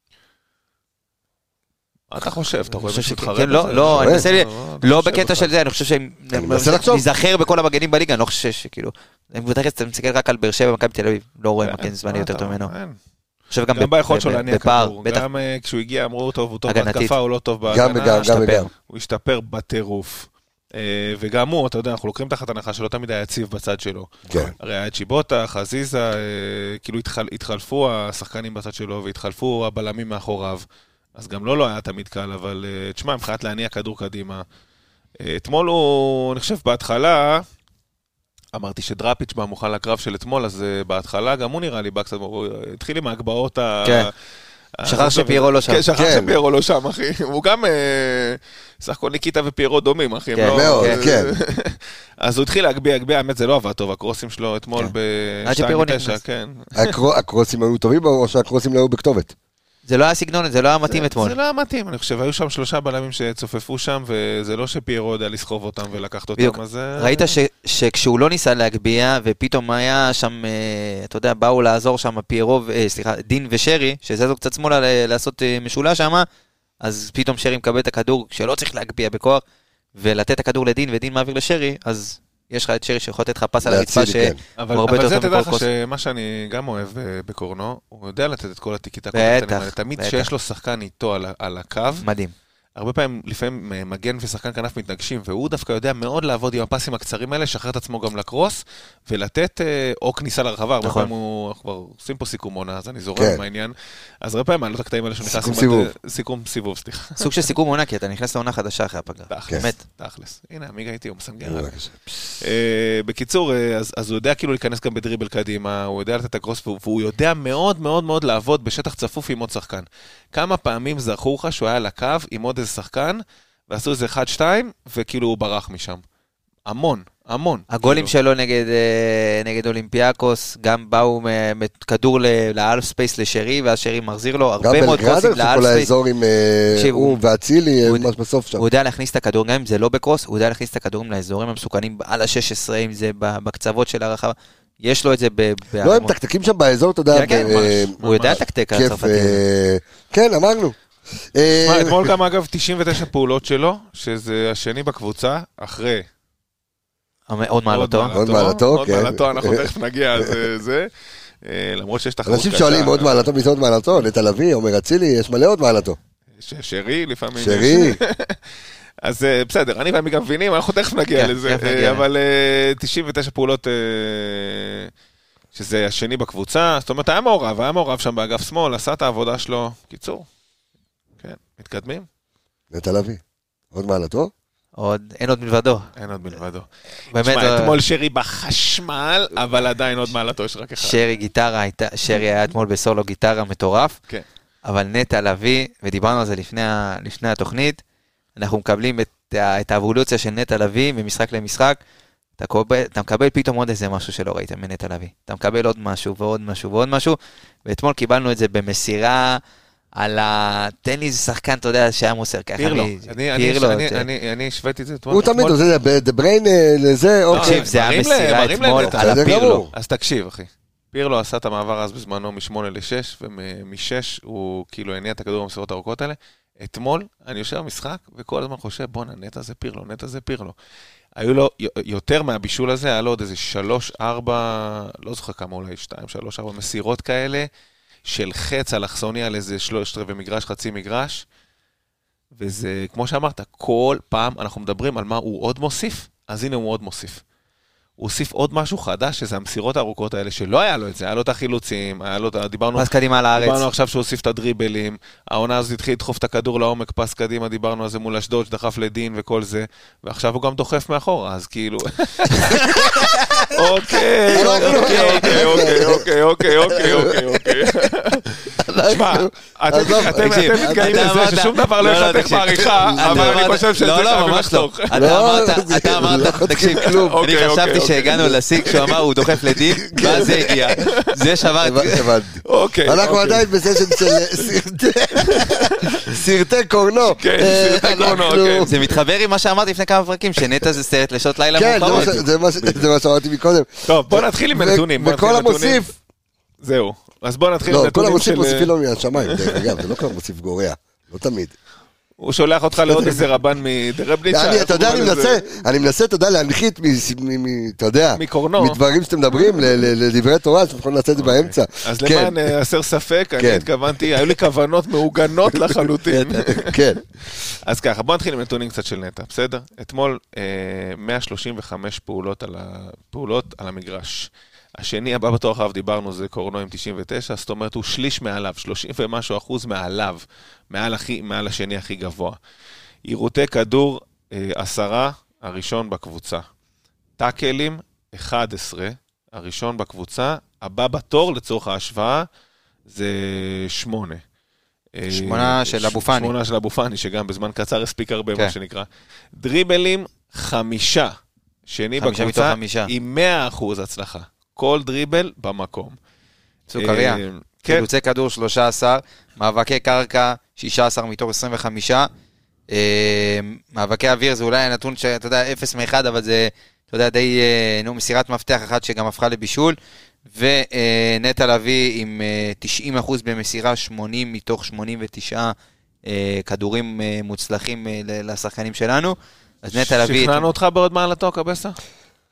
מה אתה חושב? אתה רואה פשוט חרב? לא, אני מנסה, לא בקטע של זה, אני חושב שהם נזכר בכל המגנים בליגה, אני לא חושב שכאילו, אתה מסתכל רק על באר שבע ומכבי תל אביב, לא רואה מגן זמני יותר טוב ממנו. גם ביכולת שלו להניע כדור, גם כשהוא הגיע אמרו טוב, הוא טוב בהתקפה, הוא לא טוב בהגנה, הוא השתפר בטירוף. וגם הוא, אתה יודע, אנחנו לוקחים תחת הנחה שלא תמיד היה יציב בצד שלו. הרי היה צ'יבוטה, חזיזה, כאילו התחלפו השחקנים בצד שלו, והתחלפו הבלמים מאחוריו. אז גם לא היה תמיד קל, אבל תשמע, מבחינת להניע כדור קדימה. אתמול הוא, אני חושב, בהתחלה, אמרתי שדראפיץ' בא מוכן לקרב של אתמול, אז בהתחלה גם הוא נראה לי בקצת, הוא התחיל עם ההגבהות שכח שפיירו לא שם. כן, שכח שפיירו לא שם, אחי. הוא גם, סך הכל ניקיטה ופיירו דומים, אחי. כן, מאוד, כן. אז הוא התחיל להגביע, באמת זה לא עבד טוב, הקרוסים שלו אתמול ב-2-9, כן. הקרוסים היו טובים או שהקרוסים לא היו בכתובת? זה לא היה סגנון, זה לא היה מתאים אתמול. זה לא היה מתאים, אני חושב, היו שם 3 בלמים שצופפו שם, וזה לא שפיירו יודע לסחוב אותם ולקחת אותם, אז... ראית שכשהוא לא ניסה להגביע, ופתאום היה שם, אתה יודע, באו לעזור שם פיירו, סליחה, דין ושרי, שזזו קצת שמאלה לעשות משולה שם, אז פתאום שרי מקבל את הכדור, כשלא צריך להגביע בכוח, ולתת את הכדור לדין, ודין מעביר לשרי, אז... יש לך את שרי שיכול לתת לך פס על הרצפה שהוא הרבה יותר טוב. אבל זה תדע לך שמה שאני גם אוהב בקורנו, הוא יודע לתת את כל הטיקית הקודמת. תמיד שיש לו שחקן איתו על הקו. מדהים. הרבה פעמים, לפעמים מגן ושחקן כנף מתנגשים, והוא דווקא יודע מאוד לעבוד עם הפסים הקצרים האלה, שחרר את עצמו גם לקרוס, ולתת או כניסה לרחבה, הרבה פעמים אנחנו כבר עושים פה סיכום עונה, אז אני זורם עם העניין, אז הרבה פעמים אני לא את הקטעים האלה שהוא נכנס... סיכום סיבוב, סליחה. סוג של סיכום עונה, כי אתה נכנס לעונה חדשה אחרי הפגרה. תכלס. הנה, עמיגה איתי, הוא מסנגר. בקיצור, אז הוא יודע כאילו להיכנס גם בדריבל קדימה, הוא יודע לתת הקרוס, והוא יודע מאוד מאוד מאוד לעבוד בשטח צפוף עם עוד שחקן. כמה פעמים זכור לך שהוא היה על הקו עם עוד איזה שחקן, ועשו איזה 1-2, וכאילו הוא ברח משם. המון. הגולים שלו נגד אולימפיאקוס, גם באו כדור לאלף ספייס לשרי, ואז שרי מחזיר לו הרבה מאוד קרוסים לאלף ספייס. האזור עם הוא ואצילי, ממש בסוף שם. הוא יודע להכניס את הכדור, גם אם זה לא בקרוס, הוא יודע להכניס את הכדורים לאזורים המסוכנים על ה-16, אם זה בקצוות של הרחבה. יש לו את זה לא, הם תקתקים שם באזור, אתה יודע. הוא יודע לתקתק הצרפתי. כן, אמרנו. אתמול גם אגב 99 פעולות שלו, שזה השני בקבוצה, אחרי עוד מעלתו, אנחנו תכף נגיע, אז זה, למרות שיש תחרות קשה. אנשים שואלים עוד מעלתו, מי זה עוד מעלתו? נטע לביא, עומר אצילי, יש מלא עוד מעלתו. שרי, לפעמים. שרי. אז בסדר, אני ואני גם מבינים, אנחנו תכף נגיע לזה, אבל 99 פעולות, שזה השני בקבוצה, זאת אומרת, היה מעורב שם באגף שמאל, עשה את העבודה שלו, קיצור. כן, מתקדמים. נטע לביא, עוד מעלתו? אין עוד מלבדו. תשמע, אתמול שרי בחשמל, אבל עדיין עוד מעלתו יש רק אחד. שרי היה אתמול בסולו גיטרה מטורף, כן. אבל נטע לביא, ודיברנו על זה לפני התוכנית, אנחנו מקבלים את האבולוציה של נטע לביא ממשחק למשחק, אתה מקבל פתאום עוד איזה משהו שלא ראיתם מנטע לביא. אתה מקבל עוד משהו ועוד משהו ועוד משהו, ואתמול קיבלנו את זה במסירה, על תן לי איזה שחקן, אתה יודע, שהיה מוסר ככה. פירלו. אני השוויתי את זה. הוא תמיד, זה דבריין לזה, תקשיב, זה היה מסירה אתמול על הפירלו. אז תקשיב, אחי. פירלו עשה את המעבר אז בזמנו מ-8 ל-6, ומ-6 הוא כאילו הניע את הכדור במסירות הארוכות האלה. אתמול אני יושב במשחק, וכל הזמן חושב, בוא נטע זה פירלו. היו לו יותר מהבישול הזה, היה לו עוד איזה 3-4, לא זוכר כמה, אולי 2-3-4 מסירות כאלה, של חץ אלכסוני על איזה 3 מגרש, חצי מגרש, וזה, כמו שאמרת, כל פעם אנחנו מדברים על מה הוא עוד מוסיף, אז הנה הוא עוד מוסיף. הוא הוסיף עוד משהו חדש, שזה המסירות הארוכות האלה, שלא היה לו את זה, היה לו את החילוצים, דיברנו עכשיו שהוא הוסיף את הדריבלים, העונה הזאת התחיל לדחוף את הכדור לעומק, פס קדימה, דיברנו על זה מול אשדוד, שדחף לדין וכל זה, ועכשיו הוא גם דוחף מאחורה, אז כאילו... אוקיי. תשמע, אתם מתגאים לזה ששום דבר לא יחתך בעריכה, אבל אני חושב שזה חייבים לחתוך. אתה אמרת, תקשיב, אני חשבתי שהגענו לסיק שהוא אמר, הוא דוחף לדין, ואז זה הגיע. זה שברתי. אנחנו עדיין בסשן של סרטי קורנו. כן, סרטי קורנו. זה מתחבר עם מה שאמרתי לפני כמה פרקים, שנטע זה סרט לשעות לילה מאוחרות. כן, זה מה שאמרתי מקודם. טוב, בוא נתחיל עם נתונים. וכל המוסיף. זהו. אז בוא נתחיל עם נתונים של... לא, כל המוסיף מוסיפים לו מהשמיים, דרך אגב, זה לא כל המוסיף גורע, לא תמיד. הוא שולח אותך לעוד איזה רבן מדרבניצ'ה. אתה יודע, אני מנסה, אתה יודע, להנחית, אתה יודע, מדברים שאתם מדברים, לדברי תורה, אז אנחנו נעשה את זה באמצע. אז למען הסר ספק, אני התכוונתי, היו לי כוונות מעוגנות לחלוטין. כן. אז ככה, בוא נתחיל עם נתונים קצת של נטע, בסדר? אתמול 135 פעולות על המגרש. השני הבא בתור אחריו דיברנו, זה קורנו עם 99, זאת אומרת הוא שליש מעליו, 30 ומשהו אחוז מעליו, מעל השני הכי גבוה. עירותי כדור 10, הראשון בקבוצה. טאקלים 11, הראשון בקבוצה, הבא בתור לצורך ההשוואה זה 8. 8 של אבו פאני. 8 של אבו פאני, שגם בזמן קצר הספיק הרבה, מה שנקרא. דריבלים 5, שני בקבוצה עם 100% הצלחה. כל דריבל במקום. סוכריה. חילוצי כדור 13, מאבקי קרקע 16 מתוך 25, מאבקי אוויר זה אולי הנתון שאתה יודע 0 מ-1, אבל זה אתה יודע די מסירת מפתח אחת שגם הפכה לבישול, ונטע לביא עם 90% במסירה, 80 מתוך 89 כדורים מוצלחים לשחקנים שלנו. אז נטע לביא... שכנענו אותך בעוד מעלתו, קבסה?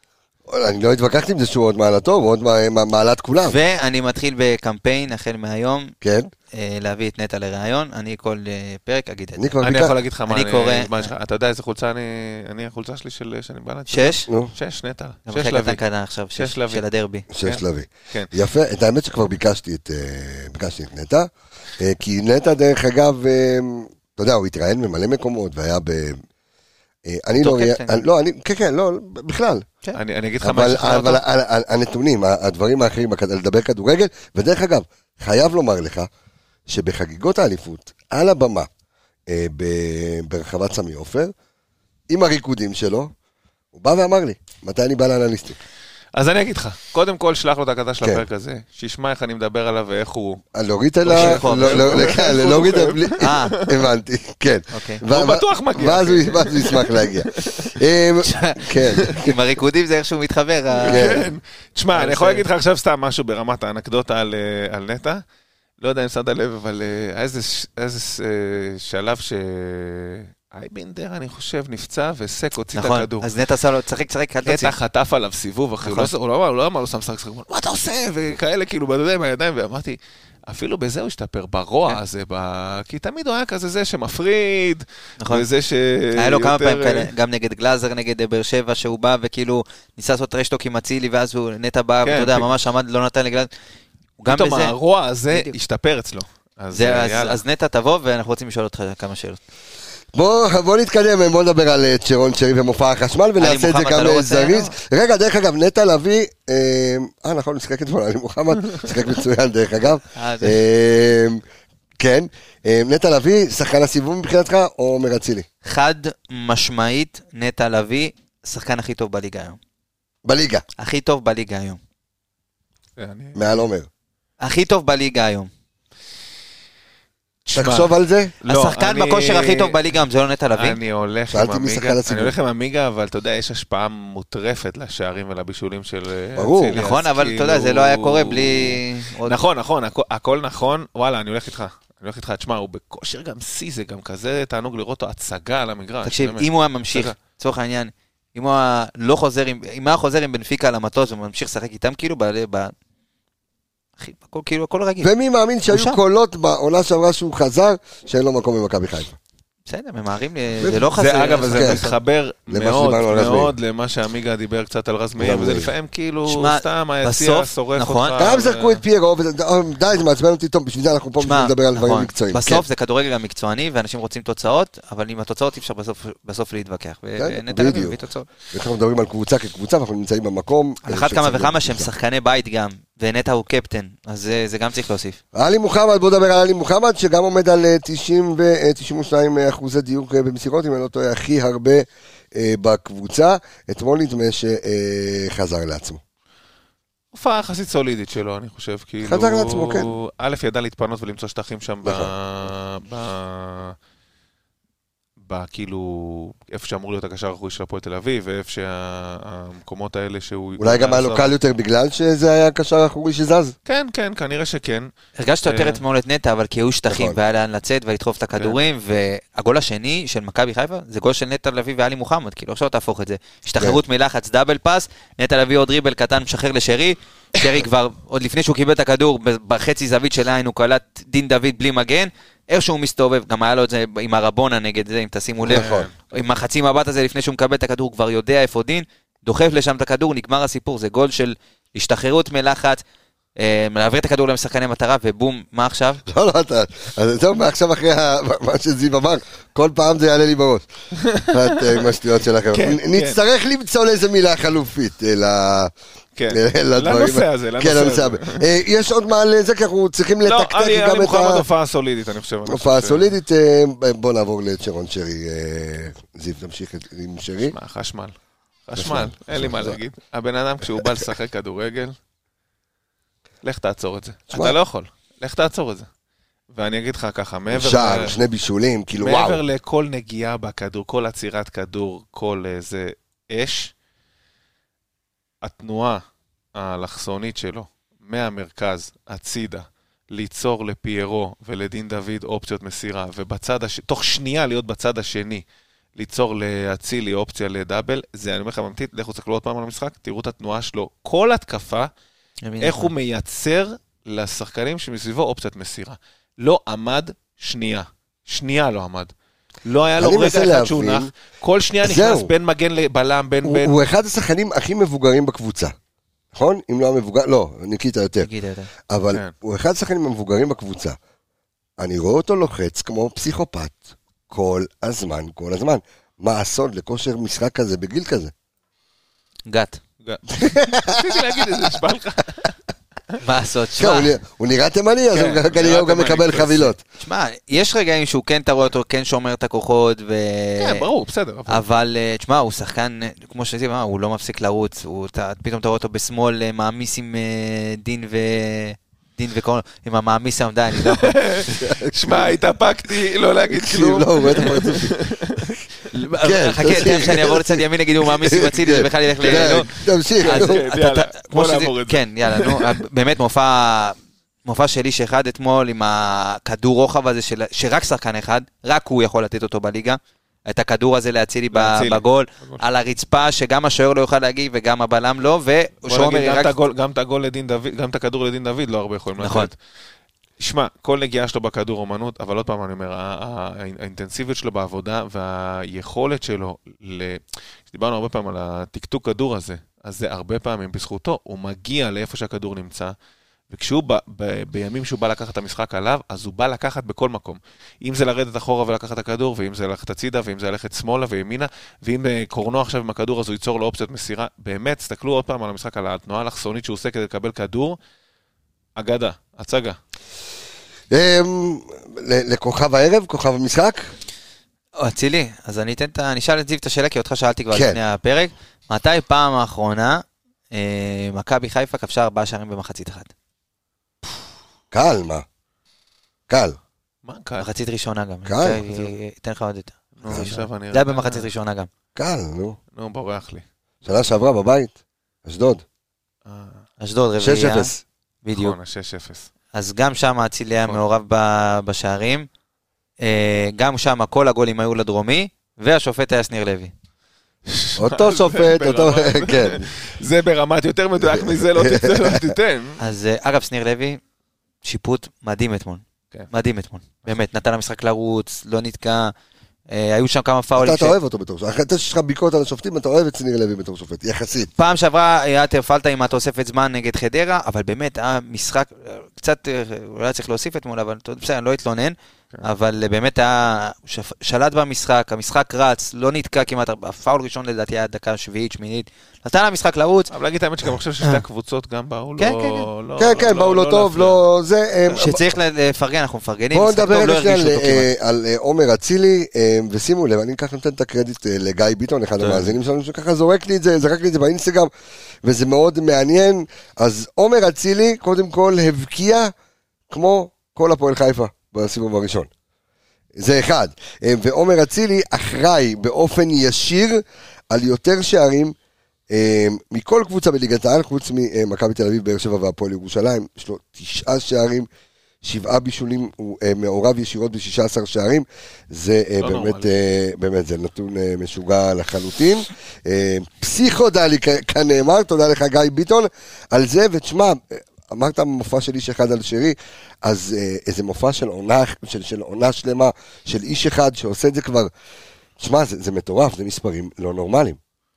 אני לא התווכחתי עם זה שהוא עוד מעלה טוב, עוד מעלת כולם. ואני מתחיל בקמפיין החל מהיום, כן. להביא את נטע לראיון, אני כל פרק אגיד את זה. אני יכול להגיד לך מה אני קורא. אתה יודע איזה חולצה אני החולצה שלי שאני בא לה. 6? נו. 6 נטע. גם 6 חלק לוי. התקנה עכשיו, 6 לוי. של הדרבי. 6 לוי. כן. יפה, את האמת שכבר ביקשתי את נטע, כי נטע דרך אגב, אתה יודע, הוא התראיין במלא מקומות, והיה אני לא, לא, כן, לא, בכלל. אני אגיד לך מה יש לך אותו. אבל הנתונים, הדברים האחרים, לדבר כדורגל, ודרך אגב, חייב לומר לך, שבחגיגות האליפות, על הבמה, ברחבת סמי עופר, עם הריקודים שלו, הוא בא ואמר לי, מתי אני בא לאנליסטים? אז אני אגיד לך, קודם כל שלח לו את הקטע של הפרק הזה, שישמע איך אני מדבר עליו ואיך הוא... להוריד את להוריד את... הבנתי, כן. הוא בטוח מגיע. ואז הוא ישמח להגיע. כן. עם הריקודים זה איכשהו מתחבר. כן. תשמע, אני יכול להגיד לך עכשיו סתם משהו ברמת האנקדוטה על נטע. לא יודע אם שמת לב, אבל איזה שלב אייבינדר, אני חושב, נפצע, וסק הוציא את הכדור. נכון, אז נטע עשה לו, צחק, אל תוציא. נטע חטף עליו סיבוב, אחי, הוא לא אמר לו שם שחק, מה אתה עושה? וכאלה, כאילו, בידיים, ואמרתי, אפילו בזה הוא השתפר, ברוע הזה, כי תמיד הוא היה כזה זה שמפריד, וזה ש... היה לו כמה פעמים כאלה, גם נגד גלאזר, נגד באר שבע, שהוא בא וכאילו ניסה לעשות רשטוק עם אצילי, ואז הוא נטע בא, ואתה יודע, ממש עמד, לא נתן לגלאזר. פתאום הרוע הזה השתפר אצלו. אז נטע תבוא, ואנחנו רוצים לשאול אותך כמה שאלות. בוא נתקדם, בוא נדבר על צ'רון שרי ומופע החשמל, ונעשה את זה גם זריז. רגע, דרך אגב, נטע לביא, נכון, משחק אתמול, עלי מוחמד, משחק מצוין דרך אגב. כן, נטע לביא, שחקן הסיבוב מבחינתך, או מרצילי? חד משמעית, נטע לביא, שחקן הכי טוב בליגה היום. בליגה? הכי טוב בליגה היום. מעל אומר. הכי טוב בליגה היום. תחשוב על זה? השחקן בכושר הכי טוב בליגה, זה לא נטע לביא? אני הולך עם המיגה, אבל אתה יודע, יש השפעה מוטרפת לשערים ולבישולים של... ברור. נכון, אבל אתה יודע, זה לא היה קורה בלי... נכון, הכל נכון. וואלה, אני הולך איתך, תשמע, הוא בכושר גם סי, זה גם כזה תענוג לראות אותו הצגה על המגרש. תקשיב, אם הוא היה ממשיך, לצורך העניין, אם הוא היה חוזר עם בנפיקה על המטוס, הוא ממשיך לשחק איתם כאילו הכל רגיל. ומי מאמין שהיו קולות בעונה שעברה שהוא חזר, שאין לו מקום במכבי חיפה. בסדר, ממהרים, זה לא חסר. זה אגב, זה מתחבר מאוד מאוד למה שהמיגה דיבר קצת על רז מאיר, וזה לפעמים כאילו סתם היציאה שורף אותך. גם זרקו את פיירו, די, זה מעצבן אותי טוב, בשביל זה אנחנו פה בשביל לדבר על דברים מקצועיים. בסוף זה כדורגל המקצועני, ואנשים רוצים תוצאות, אבל עם התוצאות אי אפשר בסוף להתווכח. ונטע לביא מביא תוצאות. אנחנו מדברים על קבוצה כקבוצה, ואנחנו נמצאים במקום. על אחת כמה וכמה שהם שחקני בית גם, ונטע הוא קפטן, אז זה גם צריך להוסיף. עלי מוחמד, בוא נדבר על עלי מוחמד, שגם עומד על 92% דיוק במסירות, אם אני לא טועה, הכי הרבה בקבוצה. אתמול נדמה שחזר לעצמו. הופעה יחסית סולידית שלו, אני חושב. חזר לעצמו, כן. א' ידע להתפנות ולמצוא שטחים שם כאילו, איפה שאמור להיות הקשר האחורי של הפועל תל אביב, ואיפה שהמקומות האלה שהוא... אולי גם היה לו קל יותר בגלל שזה היה הקשר האחורי שזז? כן, כנראה שכן. הרגשת יותר אתמול את נטע, אבל כי היו שטחים, והיה לאן לצאת ולדחוף את הכדורים, והגול השני של מכבי חיפה, זה גול של נטע לביא ועלי מוחמד, כאילו עכשיו תהפוך את זה. השתחררות מלחץ, דאבל פאס, נטע לביא עוד ריבל קטן משחרר לשרי, שרי כבר, עוד לפני שהוא קיבל את הכדור, בחצי זווית של העין הוא קלט דין דוד בלי מגן, איכשהו מסתובב, גם היה לו את זה עם הרבונה נגד זה, אם תשימו לב, עם החצי מבט הזה לפני שהוא מקבל את הכדור, כבר יודע איפה דין, דוחף לשם את הכדור, נגמר הסיפור, זה גול של השתחררות מלחץ, להעביר את הכדור למשחקני מטרה, ובום, מה עכשיו? לא, אז טוב, עכשיו אחרי מה שזיו אמר, כל פעם זה יעלה לי בראש. עם השטויות שלכם. נצטרך למצוא לאיזה מילה חלופית, לנושא הזה, יש עוד מה לזה, כי אנחנו צריכים לתקתק גם את עלי מוחמד הופעה סולידית, אני חושב. הופעה סולידית, בוא נעבור לצ'רון שרי, זיו, תמשיך עם שרי. חשמל, אין לי מה להגיד. הבן אדם כשהוא בא לשחק כדורגל, לך תעצור את זה. אתה לא יכול, לך תעצור את זה. ואני אגיד לך ככה, שער, שני בישולים, כאילו וואו. מעבר לכל נגיעה בכדור, כל עצירת כדור, כל איזה אש, התנועה האלכסונית שלו, מהמרכז, הצידה, ליצור לפיירו ולדין דוד אופציות מסירה, תוך שנייה להיות בצד השני, ליצור להצילי אופציה לדאבל, זה אני אומר לך ממתית, לכו תסתכלו עוד פעם על המשחק, תראו את התנועה שלו, כל התקפה, איך הוא מייצר לשחקנים שמסביבו אופציית מסירה. לא עמד שנייה לא עמד. לא היה לו רגע אחד שהוא נח, כל שנייה נכנס בין מגן לבלם, בין... הוא אחד השחקנים הכי מבוגרים בקבוצה. נכון? אם לא המבוגר, לא, ניקיטה יותר. אבל הוא אחד השחקנים המבוגרים בקבוצה. אני רואה אותו לוחץ כמו פסיכופת כל הזמן. מה הסוד לכושר משחק כזה בגיל כזה? גת. רציתי להגיד את זה, נשבע לך. מה הסוד? שמע. הוא נראה תימני, אז כנראה הוא גם מקבל חבילות. שמע, יש רגעים שהוא כן תראה אותו, כן שומר את הכוחות, כן, ברור, בסדר. אבל, תשמע, הוא שחקן, כמו שזיו, הוא לא מפסיק לרוץ, פתאום תראה אותו בשמאל, מעמיס עם דין וכל, עם המעמיס העמדה, אני לא יכול. שמע, התאפקתי, לא להגיד כלום. לא, הוא רואה את הפרצוף. חכה, תכף שאני אעבור לצד ימין, נגיד הוא מעמיס עם הצילי, זה בכלל ילך ללא. תמשיך. יאללה, בוא נעבור את זה. כן, יאללה, נו, באמת מופע של איש אחד אתמול, עם הכדור רוחב הזה, שרק שחקן אחד, רק הוא יכול לתת אותו בליגה. את הכדור הזה להצילי בגול, על הרצפה שגם השוער לא יוכל להגיב וגם הבלם לא, גם את הכדור לדין דוד לא הרבה יכולים לתת. שמע, כל נגיעה שלו בכדור אומנות, אבל עוד פעם אני אומר, האינטנסיביות שלו בעבודה והיכולת שלו, דיברנו הרבה פעמים על התקתוק כדור הזה, אז זה הרבה פעמים בזכותו, הוא מגיע לאיפה שהכדור נמצא, וכשהוא בימים שהוא בא לקחת את המשחק עליו, אז הוא בא לקחת בכל מקום. אם זה לרדת אחורה ולקחת את הכדור, ואם זה ללכת הצידה, ואם זה ללכת שמאלה וימינה, ואם קורנו עכשיו עם הכדור, אז הוא ייצור לו אופציות מסירה. באמת, תסתכלו עוד פעם על המשחק, על התנועה האלכסונית שהוא עושה כדי לקבל כדור. אגדה, הצגה. לכוכב הערב, כוכב המשחק? אצילי, אז אני אשאל את זיו את השאלה, כי אותך שאלתי כבר לפני הפרק. מתי פעם האחרונה מכבי חיפה כבשה 4 שערים במחצית אחת? קל, מה? קל. מה קל? מחצית ראשונה גם. קל. אתן לך עוד יותר. זה היה במחצית ראשונה גם. קל, נו. נו, בורח לי. שנה שעברה בבית, אשדוד. אשדוד רביעייה. 6-0. בדיוק. נכון, 6-0. אז גם שם אצילי היה מעורב בשערים. גם שם כל הגולים היו לדרומי, והשופט היה שניר לוי. אותו שופט, אותו, כן. זה ברמת יותר מדויק מזה, לא תיתן. אז אגב, שניר לוי, שיפוט מדהים אתמול. מדהים אתמול. באמת, נתן למשחק לרוץ, לא נתקע. היו שם כמה פאולים. אתה אוהב אותו בתור שופט. אחרי שיש לך ביקורת על השופטים, אתה אוהב את שניר לוי בתור שופט, יחסית. פעם שעברה, אתה הפעלת עם התוספת זמן נגד חדרה, אבל באמת, המשחק, קצת, אולי צריך להוסיף אתמול, אבל בסדר, לא התלונן. אבל באמת שלט במשחק, המשחק רץ, לא נתקע כמעט, הפאול ראשון לדעתי היה דקה שביעית, שמינית, נתן למשחק לרוץ. אבל להגיד את האמת שגם חושב ששתי הקבוצות גם באו לא... כן, באו לא טוב, לא זה... שצריך לפרגן, אנחנו מפרגנים. בואו נדבר על עומר אצילי, ושימו לב, אני ככה נותן את הקרדיט לגיא ביטון, אחד המאזינים שלנו, שככה זרק לי את זה באינסטגרם, וזה מאוד מעניין. אז עומר אצילי, קודם כל, הבקיע כמו כל הפועל חיפה. בסיבוב הראשון. זה אחד. ועומר אצילי אחראי באופן ישיר על יותר שערים מכל קבוצה בליגת העל, חוץ ממכבי תל אביב, באר שבע והפועל ירושלים. יש לו 9 שערים, 7 בישולים, הוא מעורב ישירות ב16 שערים. זה באמת זה נתון משוגע לחלוטין. פסיכודלי כנאמר, תודה לך גיא ביטון על זה, ותשמע, אמרת מופע של איש אחד על שרי, אז איזה מופע של עונה שלמה, של איש אחד שעושה את זה כבר, תשמע, זה מטורף, זה מספרים לא נורמליים.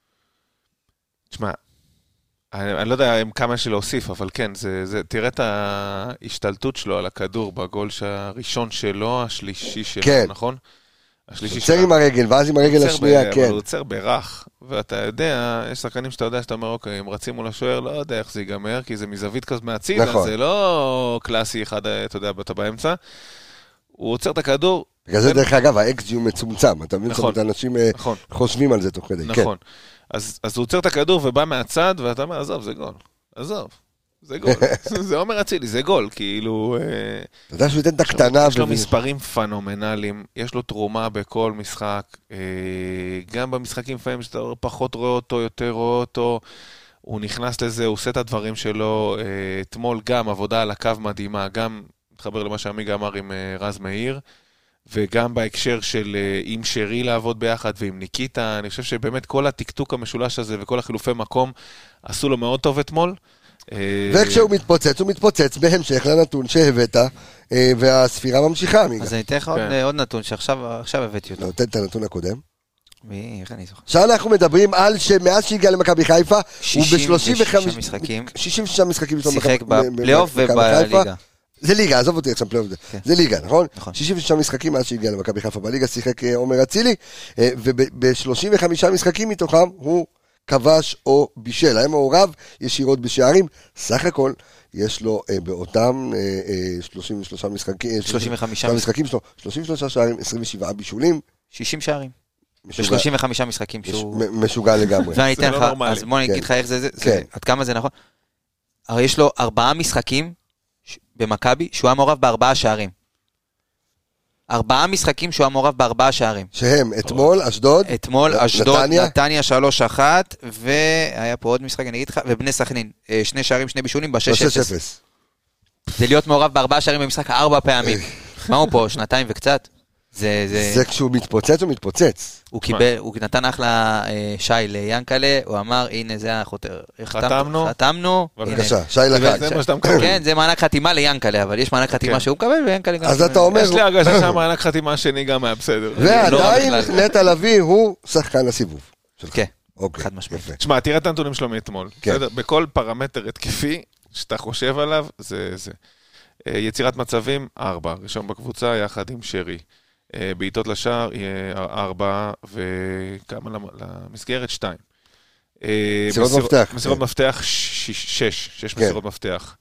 תשמע, אני לא יודע כמה יש לי להוסיף, אבל כן, תראה את ההשתלטות שלו על הכדור בגול הראשון שלו, השלישי שלו, כן. נכון? יוצר עם הרגל, ואז עם הרגל השנייה, כן. אבל הוא יוצר ברך, ואתה יודע, יש שחקנים שאתה יודע שאתה אומר, אוקיי, אם רצים מול השוער, לא יודע איך זה ייגמר, כי זה מזווית כזאת מהציד, נכון. זה לא קלאסי אחד, אתה יודע, אתה באמצע. הוא עוצר את הכדור. בגלל זה דרך אגב, האקס-ג'י הוא מצומצם, אתה מבין נכון, זאת אנשים נכון. חושבים על זה תוך כדי. נכון. כן. אז הוא עוצר את הכדור ובא מהצד, ואתה אומר, עזוב, זה גול. עזוב. זה גול, זה אומר אצילי, זה גול, כאילו... אתה יודע שהוא ייתן את הקטנה... יש לו מספרים פנומנליים, יש לו תרומה בכל משחק, גם במשחקים לפעמים שאתה פחות רואה אותו, יותר רואה אותו, הוא נכנס לזה, הוא עושה את הדברים שלו, אתמול גם עבודה על הקו מדהימה, גם מתחבר למה שעמיגה אמר עם רז מאיר, וגם בהקשר של עם שרי לעבוד ביחד ועם ניקיטה, אני חושב שבאמת כל הטקטוק המשולש הזה וכל החילופי מקום עשו לו מאוד טוב אתמול. וכשהוא מתפוצץ, הוא מתפוצץ בהמשך לנתון שהבאת, והספירה ממשיכה. אז אני אתן לך עוד נתון שעכשיו הבאתי אותו. נותן את הנתון הקודם. איך אני זוכר? שאנחנו מדברים על שמאז שהגיע למכבי חיפה, הוא 66 משחקים. 66 משחקים. שיחק בפלייאוף ובליגה. זה ליגה, עזוב אותי עכשיו פלייאוף. זה ליגה, נכון? 66 משחקים מאז שהגיע למכבי חיפה בליגה, שיחק עומר אצילי, וב-35 משחקים מתוכם הוא כבש או בישל. היה מעורב ישירות בשערים, סך הכל יש לו באותם 33 משחקים, 35 משחקים שלו, 33 שערים, 27 בישולים. 60 שערים. ב-35 משחקים שהוא... משוגע לגמרי. ואני אתן לך, אז בוא נגיד לך איך זה, עד כמה זה נכון. הרי יש לו 4 משחקים במכבי, שהוא היה מעורב ב4 שערים. 4 משחקים שהוא היה מעורב ב4 שערים. שהם אתמול, אשדוד, נתניה 3-1, והיה פה עוד משחק, אני אגיד לך, ובני סכנין, 2 שערים, 2 בישולים ב6-0. זה להיות מעורב ב4 שערים במשחק 4 פעמים. מה הוא פה, 2 וקצת? זה כשהוא מתפוצץ, הוא מתפוצץ. הוא קיבל, הוא נתן אחלה שי ליאנקלה, הוא אמר, הנה זה החותר. חתמנו. בבקשה, שי לחג. כן, זה מענק חתימה ליאנקלה, אבל יש מענק חתימה שהוא מקבל, ויאנקלה גם... אז אתה אומר... יש לי הרגשה שהמענק חתימה השני גם היה בסדר. ועדיין נטע לביא הוא שחקן הסיבוב. כן, חד משמעית. תשמע, תראה את הנתונים שלו מאתמול. בכל פרמטר התקפי שאתה חושב עליו, זה. יצירת מצבים, 4. ראשון בקבוצה, יחד עם שרי. בעיטות לשער, 4, וכמה למסגרת, 2. מסירות מפתח. מסירות מפתח, 6 מסירות מפתח.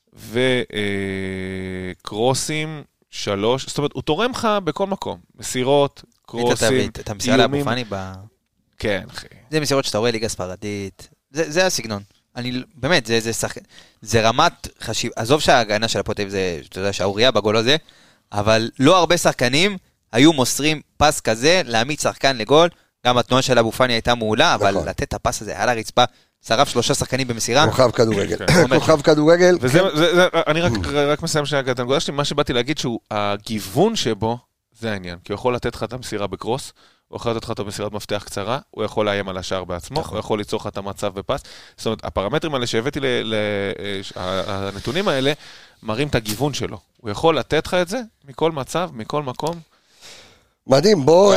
וקרוסים, 3. זאת אומרת, הוא תורם לך בכל מקום. מסירות, קרוסים, אתה מסירה לאבו פאני ב... כן, אחי. זה מסירות שאתה רואה ליגה ספרדית. זה הסגנון. באמת, זה רמת חשיב... עזוב שההגנה של הפוטב זה, אתה יודע, שהאוריה בגול הזה, אבל לא הרבה שחקנים היו מוסרים פס כזה, להעמיד שחקן לגול, גם התנועה של אבו פאני הייתה מעולה, אבל לתת את הפס הזה על הרצפה, שרף 3 שחקנים במסירה. כוכב כדורגל. כוכב כדורגל. אני רק מסיים שנייה את הנקודה שלי, מה שבאתי להגיד שהוא, הגיוון שבו, זה העניין, כי הוא יכול לתת לך את המסירה בקרוס, הוא יכול לתת לך את המסירת מפתח קצרה, הוא יכול לאיים על השער בעצמו, הוא יכול ליצור לך את המצב בפס. זאת אומרת, הפרמטרים האלה שהבאתי הנתונים האלה, מראים את הגיוון שלו. הוא יכול לתת לך את זה מכל מצב, מכל מקום. מדהים, בוא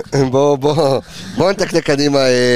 נתקתק קדימה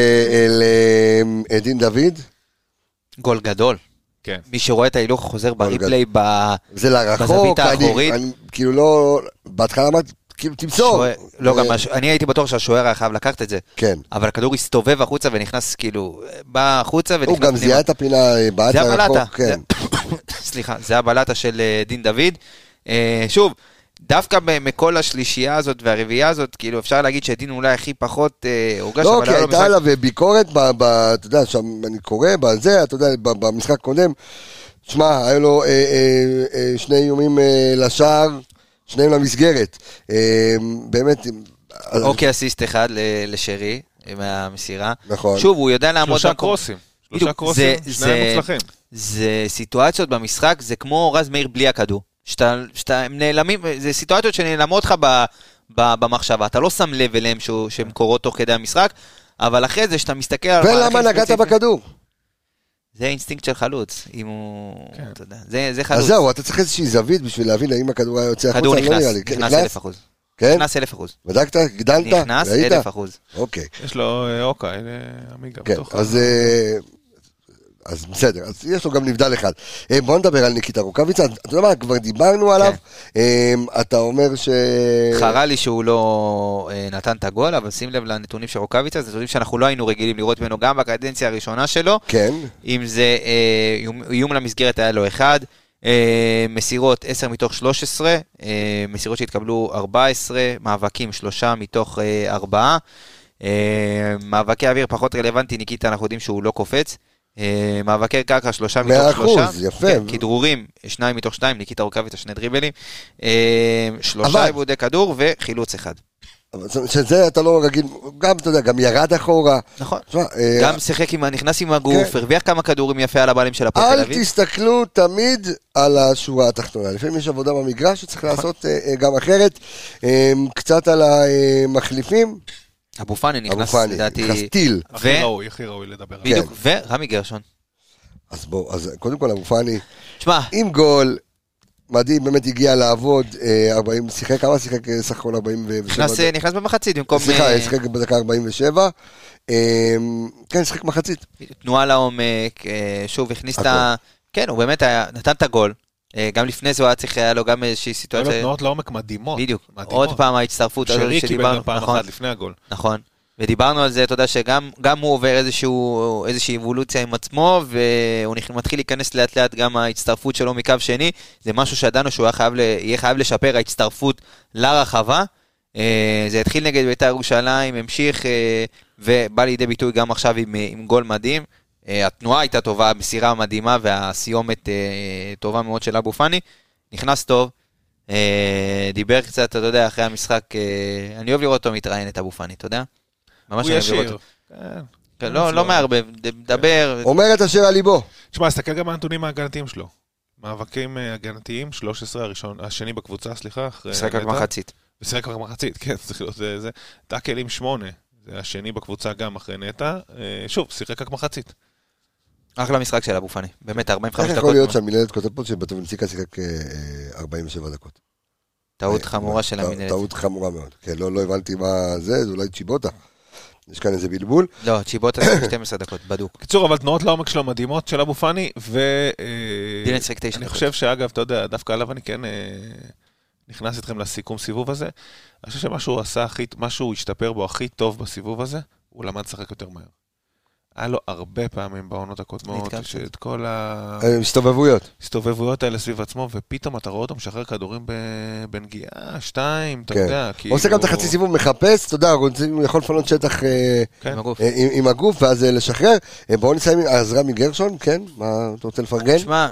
לדין דוד. גול גדול. כן. מי שרואה את ההילוך חוזר בריפלי בזווית האחורית. כאילו לא, בהתחלה אמרת, כאילו תמסור. לא, גם אני הייתי בטוח שהשוער היה חייב לקחת את זה. כן. אבל הכדור הסתובב החוצה ונכנס, כאילו, בא החוצה ונכנס... הוא גם זיהה את הפינה, בעט לרחוק. סליחה, זה הבלטה של דין דוד. שוב, דווקא מכל השלישייה הזאת והרביעייה הזאת, כאילו אפשר להגיד שדין אולי הכי פחות הורגש. לא, כי הייתה עליו ביקורת, אתה יודע, שם אני קורא בזה, אתה יודע, במשחק קודם, תשמע, היו לו 2 איומים לשער, 2 למסגרת. באמת... אוקיי, אסיסט 1 לשרי, מהמסירה. נכון. שוב, הוא יודע לעמוד... 3 קרוסים. 3 קרוסים, 2 מוצלחים. זה סיטואציות במשחק, זה כמו רז מאיר בלי הכדור. שאתה נעלמים, זה סיטואציות שנעלמות לך במחשבה, אתה לא שם לב אליהם שהם קורות תוך כדי המשחק, אבל אחרי זה שאתה מסתכל על... ולמה נגעת בכדור? זה אינסטינקט של חלוץ, אם הוא... אתה יודע, זה חלוץ. אז זהו, אתה צריך איזושהי זווית בשביל להבין האם הכדור היה יוצא החוצה, כדור נכנס 1,000%. כן? נכנס 1,000%. בדקת? גדלת? נכנס 1,000%. אוקיי. יש לו אוקה, עמיגה בתוך... אז בסדר, אז יש לו גם נבדל אחד. בואו נדבר על ניקיטה רוקאביצה, אתה יודע מה, כבר דיברנו עליו, אתה אומר ש... חרה לי שהוא לא נתן את הגול, אבל שים לב לנתונים של רוקאביצה, זה נתונים שאנחנו לא היינו רגילים לראות ממנו גם בקדנציה הראשונה שלו, כן. אם זה איום למסגרת היה לו 1, מסירות 10 מתוך 13, מסירות שהתקבלו 14, מאבקים 3 מתוך 4, מאבקי אוויר פחות רלוונטי, ניקיטה אנחנו יודעים שהוא לא קופץ, מאבקי קרקע 3 מתוך 3, 100%, יפה. כדרורים 2 מתוך 2, ניקיטה רוקאביצה 2 דריבלים, 3 עיבודי כדור וחילוץ 1. שזה אתה לא רגיל, גם, אתה יודע, גם ירד אחורה. נכון. גם שיחק, נכנס עם הגוף, הרוויח כמה כדורים יפה על הבעלים של הפועל תל אביב. אל תסתכלו תמיד על השורה התחתונה. לפעמים יש עבודה במגרש שצריך לעשות גם אחרת. קצת על המחליפים. אבו פאני נכנס, לדעתי. נכנס טיל. הכי ראוי לדבר. בדיוק, ורמי גרשון. אז בואו, קודם כל אבו פאני, תשמע, עם גול, מדהים, באמת הגיע לעבוד, 40, שיחק, כמה שיחק סך הכל 47? נכנס במחצית, במקום... סליחה, שיחק בדקה 47, כן, שיחק מחצית. תנועה לעומק, שוב, הכניס את ה... כן, הוא באמת נתן את הגול, גם לפני זה הוא היה צריך, היה לו גם איזושהי סיטואציה... תנועות לעומק מדהימות. בדיוק, עוד פעם ההצטרפות... שרי קיבל פעם אחת לפני הגול. נכון. ודיברנו על זה, אתה יודע שגם הוא עובר איזושהי אבולוציה עם עצמו, והוא מתחיל להיכנס לאט לאט גם ההצטרפות שלו מקו שני, זה משהו שידענו שהוא יהיה חייב לשפר ההצטרפות לרחבה, זה התחיל נגד בית"ר ירושלים, המשיך ובא לידי ביטוי גם עכשיו עם גול מדהים, התנועה הייתה טובה, המסירה מדהימה, והסיומת טובה מאוד של אבו פאני, נכנס טוב, דיבר קצת, אתה יודע, אחרי המשחק, אני אוהב לראות אותו מתראיין את אבו פאני, אתה יודע? הוא ישיר. לא מערבב, דבר. אומר את אשר על ליבו. תשמע, הסתכל גם מהנתונים ההגנתיים שלו. מאבקים הגנתיים, 13 השני בקבוצה, סליחה. משחק רק מחצית. משחק רק מחצית, כן, צריך להיות זה. טאקלים 8, זה השני בקבוצה גם אחרי נטע. שוב, שיחק רק מחצית. אחלה משחק של אבו פאני, באמת 45 דקות. איך יכול להיות שהמינהלת כותב פה שבטובנציקה שיחק 47 דקות? טעות חמורה של המינהלת. טעות חמורה מאוד. כן, לא הבנתי מה זה אולי צ'יבוטה. יש כאן איזה בלבול. לא, צ'יבוטה זה 12 דקות, בדוק. קיצור, אבל תנועות לעומק שלו מדהימות של אבו פאני, אני חושב שאגב, אתה יודע, דווקא עליו אני כן נכנס איתכם לסיכום סיבוב הזה. אני חושב משהו השתפר בו הכי טוב בסיבוב הזה, הוא למד לשחק יותר מהר. היה לו הרבה פעמים בעונות הקודמות, שאת כל הסתובבויות האלה סביב עצמו, ופתאום אתה רואה אותו משחרר כדורים בנגיעה, 2, אתה יודע. עושה גם את החצי סיבוב מחפש, אתה יודע, הוא יכול לפנות שטח עם הגוף, ואז לשחרר. בואו נסיים עם רמי גרשון, כן? מה אתה רוצה לפרגן? תשמע,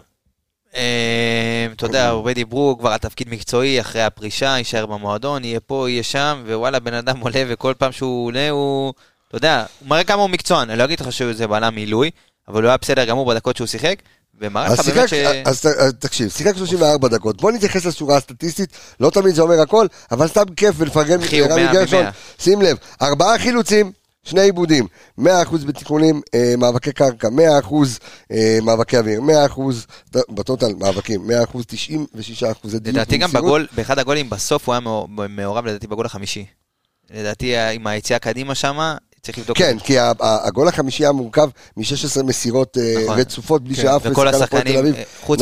אתה יודע, הרבה דיברו כבר על תפקיד מקצועי, אחרי הפרישה, יישאר במועדון, יהיה פה, יהיה שם, ווואלה, בן אדם עולה, וכל פעם שהוא עולה, הוא... אתה יודע, הוא מראה כמה הוא מקצוען, אני לא אגיד לך שזה בעלה מילוי, אבל הוא היה בסדר גמור בדקות שהוא שיחק, ומראה לך באמת אז תקשיב, שיחק 34 דקות, בוא נתייחס לשורה הסטטיסטית, לא תמיד זה אומר הכל, אבל סתם כיף ולפרגן רמי גרשון, שים לב, 4 חילוצים, 2 עיבודים, 100% בתיקונים, מאבקי קרקע, 100% מאבקי אוויר, 100% בטוטל מאבקים, 100%, 96%. לדעתי גם באחד הגולים בסוף הוא היה מעורב, לדעתי בגול החמישי. לדעתי עם היציאה קדימה שמה, צריך לבדוק. כן, כי הגול החמישי היה מורכב מ-16 מסירות רצופות, בלי שאף וכל השחקנים, חוץ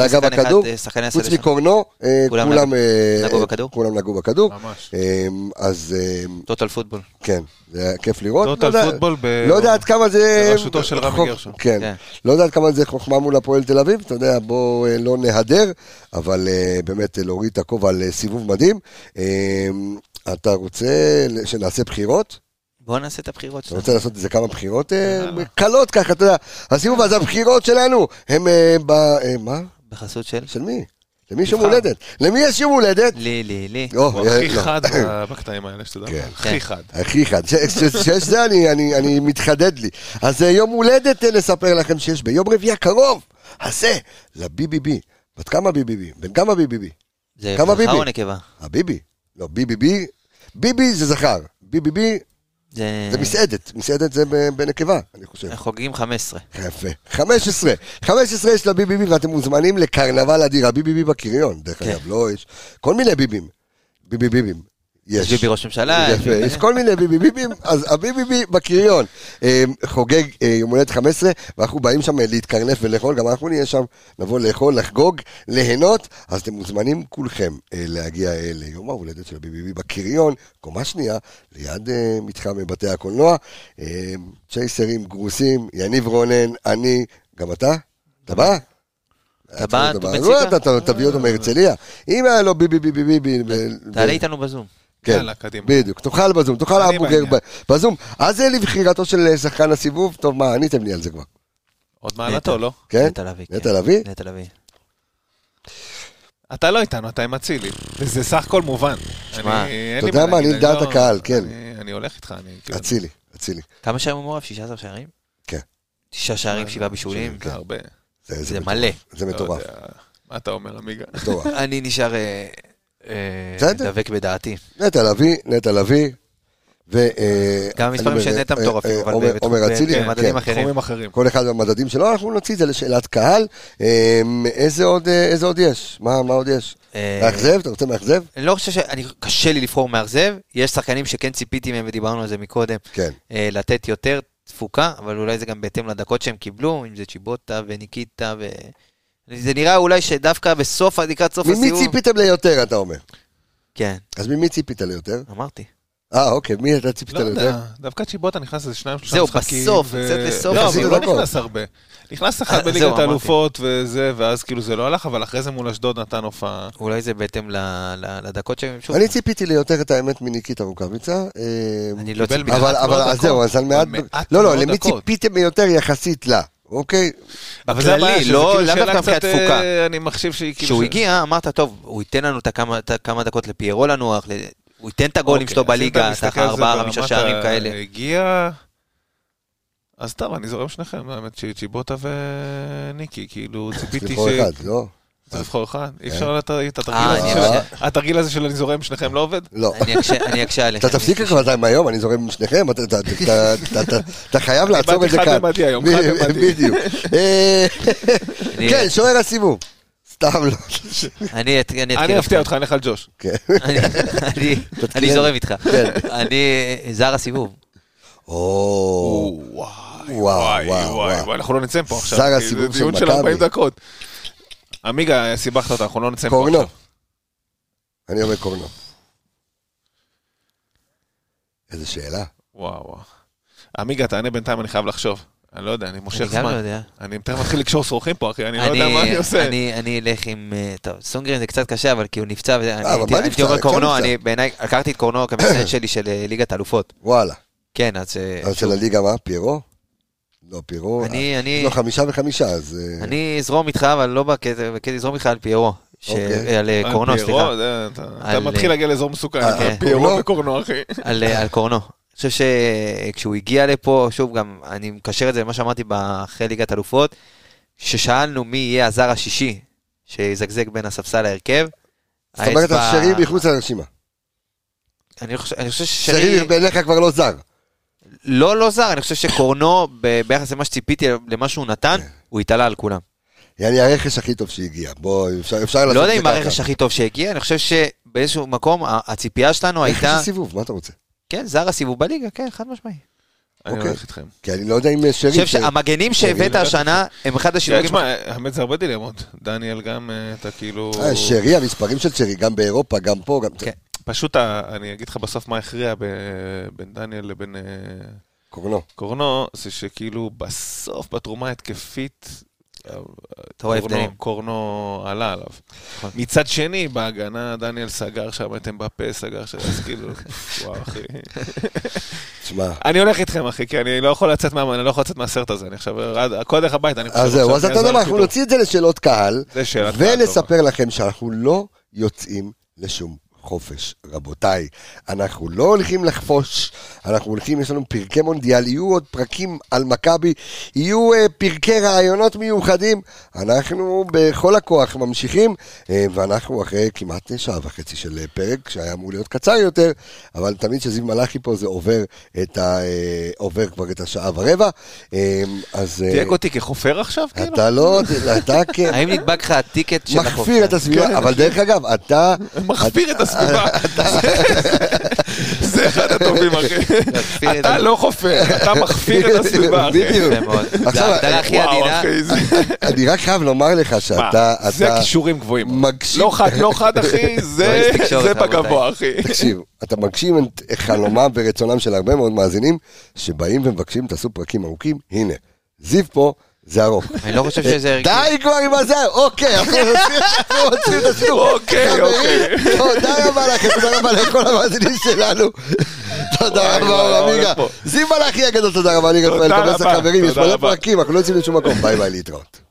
מקורנו, כולם נגעו בכדור. אז... טוטל פוטבול. כן, זה היה כיף לראות. טוטל פוטבול לא יודע עד כמה זה... בראשותו של רמי גרשון. כן, לא יודע עד כמה זה חוכמה מול הפועל תל אביב, אתה יודע, בוא לא נהדר, אבל באמת להוריד את הכובע על סיבוב מדהים. אתה רוצה שנעשה בחירות? בוא נעשה את הבחירות שלנו. אתה רוצה לעשות איזה כמה בחירות קלות ככה, אתה יודע. הסיבוב הזה, הבחירות שלנו, הם מה? בחסות של? של מי? למי יש יום הולדת? למי יש יום הולדת? לי. הוא הכי חד בקטעים האלה, שתדע. הכי חד. הכי חד. שיש זה, אני מתחדד לי. אז יום הולדת נספר לכם שיש ביום רביעי הקרוב. הזה, לביבי. בת כמה ביבי? בן כמה ביבי? זה זכר או נקבה? הביבי. לא, ביבי זה זכר, ביבי זה מסעדת זה בנקבה, אני חושב. חוגגים 15. יפה, 15 יש לביבי, ואתם מוזמנים לקרנבל אדיר, הביבי בקריון, דרך אגב, לא יש, כל מיני ביבים. יש ביבי ראש ממשלה. יש כל מיני ביבים, אז הביבי בקריון חוגג יום הולדת 15, ואנחנו באים שם להתקרנף ולאכול, גם אנחנו נהיה שם, נבוא לאכול, לחגוג, ליהנות, אז אתם מוזמנים כולכם להגיע ליום ההולדת של הביבי בקריון, קומה שנייה, ליד מתחם בתי הקולנוע, צ'ייסרים, גרוסים, יניב רונן, אני, גם אתה? אתה בא? אתה תביא אותו מהרצליה, אם היה לו ביבי, תעלה איתנו בזום. כן, בדיוק, תאכל בזום, תאכל המבורגר בזום. אז זה לבחירתו של שחקן הסיבוב, טוב, מה, עניתם לי על זה כבר. עוד מעלתו, לא? כן? נטע לביא. אתה לא איתנו, אתה עם אצילי. וזה סך הכל מובן. שמע, אתה יודע מה, אני דעת הקהל, כן. אני הולך איתך, אצילי. כמה שערים הוא מעורב? 16 שערים? כן. 9 שערים, 7 בישולים. זה הרבה. זה מלא. זה מטורף. מה אתה אומר, אמיגה? מטורף. אני נשאר דבק בדעתי. נטע לביא. גם המספרים של נטע מטורפים, אבל במדדים אחרים. כל אחד במדדים שלו, אנחנו נוציא את זה לשאלת קהל. איזה עוד יש? מה עוד יש? מאכזב? אתה רוצה מאכזב? אני לא חושב קשה לי לבחור מאכזב. יש שחקנים שכן ציפיתי מהם ודיברנו על זה מקודם. לתת יותר תפוקה, אבל אולי זה גם בהתאם לדקות שהם קיבלו, אם זה צ'יבוטה וניקיטה זה נראה אולי שדווקא בסוף, לקראת סוף הסיום. ממי ציפיתם ליותר, אתה אומר? כן. אז ממי ציפית ליותר? אמרתי. אוקיי, מי אתה ציפית ליותר? לא יודע, דווקא צ'יבוטה נכנס איזה 2-3 משחקים. זהו, בסוף, קצת לסוף. לא, אבל הוא לא נכנס הרבה. נכנס אחד בליגת האלופות וזה, ואז כאילו זה לא הלך, אבל אחרי זה מול אשדוד נתן הופעה. אולי זה בהתאם לדקות שהם שוב. אני ציפיתי ליותר את האמת מניקיטה רוקאביצה. אני לא ציפיתי. אבל זהו, אז על מעט... לא, למי ציפיתם יותר יחסית לה, אוקיי? אבל זה הבעיה, שזה כאילו שאלה קצת, תפוקה. אני מחשיב שהיא כאילו... כשהוא הגיע, אמרת, טוב, הוא ייתן לנו כמה דקות לפיירו לנוח, הוא ייתן את הגולים שלו בליגה, ככה 4-5 שערים כאלה. הגיע... אז טוב, אני זורם שניכם, האמת צ'יבוטה וניקי, כאילו ציפיתי ש... לבחור אחד, לא? זה לבחור אחד? אי אפשר התרגיל הזה של אני זורם שניכם לא עובד? לא. אני אקשה עליכם. אתה תפסיק כבר היום, אני זורם שניכם, אתה חייב לעצור את זה כאן. חד במדי היום, חד במדי. בדיוק. כן, שוער הסיבוב. סתם לא. אני אפתיע אותך, אני אלך על ג'וש. אני זורם איתך. אני זר הסיבוב. וואי, אנחנו לא נצאים פה עכשיו. זר הסיבוב של מכבי. דיון של 40 דקות. אמיגה, סיבכת אותה, אנחנו לא נצאים פה עכשיו. קורנו. אני אומר קורנו. איזה שאלה. וואו. אמיגה, תענה בינתיים, אני חייב לחשוב. אני לא יודע, אני מושך זמן. אני גם לא יודע. אני תכף מתחיל לקשור שרוכים פה, אחי, אני לא יודע מה אני עושה. אני אלך עם... טוב, סונגרן זה קצת קשה, אבל כי הוא נפצע, הייתי אומר קורנו, אני בעיניי, הכרתי את קורנו כמסנט שלי של ליגת האלופות. וואלה. כן, אז... אז של הליגה מה? פיירו? לא, פיירו. לא, 5 ו5, אז... אני אזרום איתך, אבל לא בקטע אזרום איתך על פיירו. על קורנו, סליחה. אתה מתחיל להגיע לאזור מסוכן, על פיירו וקורנו, אחי. על קורנו. אני חושב שכשהוא הגיע לפה, שוב גם, אני מקשר את זה למה שאמרתי אחרי ליגת אלופות, ששאלנו מי יהיה הזר השישי, שיזגזג בין הספסל להרכב. זאת אומרת, שרי מחוץ לרשימה. אני חושב ששרי... שרי בעיניך כבר לא זר. לא זר, אני חושב שקורנו, ביחס למה שציפיתי, למה שהוא נתן, הוא התעלה על כולם. יעני הרכש הכי טוב שהגיע. בוא, אפשר לא יודע אם הרכש הכי טוב שהגיע, אני חושב שבאיזשהו מקום, הציפייה שלנו הייתה... רכש הסיבוב, מה אתה רוצה? כן, זר הסיבוב בליגה, כן, חד משמעי. אני הולך איתכם. כי אני לא יודע אם שרי... אני חושב שהמגנים שהבאת השנה, הם אחד השינויים... תשמע, האמת זה הרבה דילמות. דניאל גם, אתה כאילו... שרי, המספרים של שרי, גם באירופה, גם פה, גם... פשוט, אני אגיד לך בסוף מה הכריע בין דניאל לבין... קורנו, זה שכאילו בסוף בתרומה התקפית... קורנו עלה עליו. מצד שני, בהגנה, דניאל סגר שם, אתם בפה, סגר שם, אז כאילו, וואו, אחי. אני הולך איתכם, אחי, כי אני לא יכול לצאת מהסרט הזה, אני עכשיו, כל דרך הבית, אני חושב... אז זהו, אז אתה יודע מה, אנחנו נוציא את זה לשאלות קהל, ונספר לכם שאנחנו לא יוצאים לשום חופש, רבותיי, אנחנו לא הולכים לחפוש, אנחנו הולכים, יש לנו פרקי מונדיאל, יהיו עוד פרקים על מכבי, יהיו פרקי רעיונות מיוחדים, אנחנו בכל הכוח ממשיכים, ואנחנו אחרי כמעט 1.5 שעה של פרק, שהיה אמור להיות קצר יותר, אבל תמיד שזיו מלאכי פה זה עובר כבר את 1.25 שעה, אז... תייג אותי כחופר עכשיו, כאילו? אתה לא, אתה האם נדבק לך הטיקט של החופר? מחפיר את הסביבה, אבל דרך אגב, אתה... מחפיר את הסביבה. זה אחד הטובים, אחי. אתה לא חופר, אתה מחפיר את הסביבה, אחי. בדיוק. עכשיו, אני רק חייב לומר לך שאתה... זה כישורים גבוהים. לא חד, אחי, זה בגבוה, אחי. תקשיב, אתה מגשים את חלומם ורצונם של הרבה מאוד מאזינים, שבאים ומבקשים, תעשו פרקים ארוכים, הנה, זיו פה, זה ארוך. אני לא חושב שזה ערכי. די כבר עם הזה, אוקיי, אנחנו רוצים את השיעור. אוקיי. תודה רבה לכם, תודה רבה לכל המאזינים שלנו. תודה רבה, אמיגה. זיו מלאכי הגדול, תודה רבה, אני גם מקבל חברים, יש מלא פרקים, אנחנו לא יוצאים לשום מקום, ביי ביי, להתראות.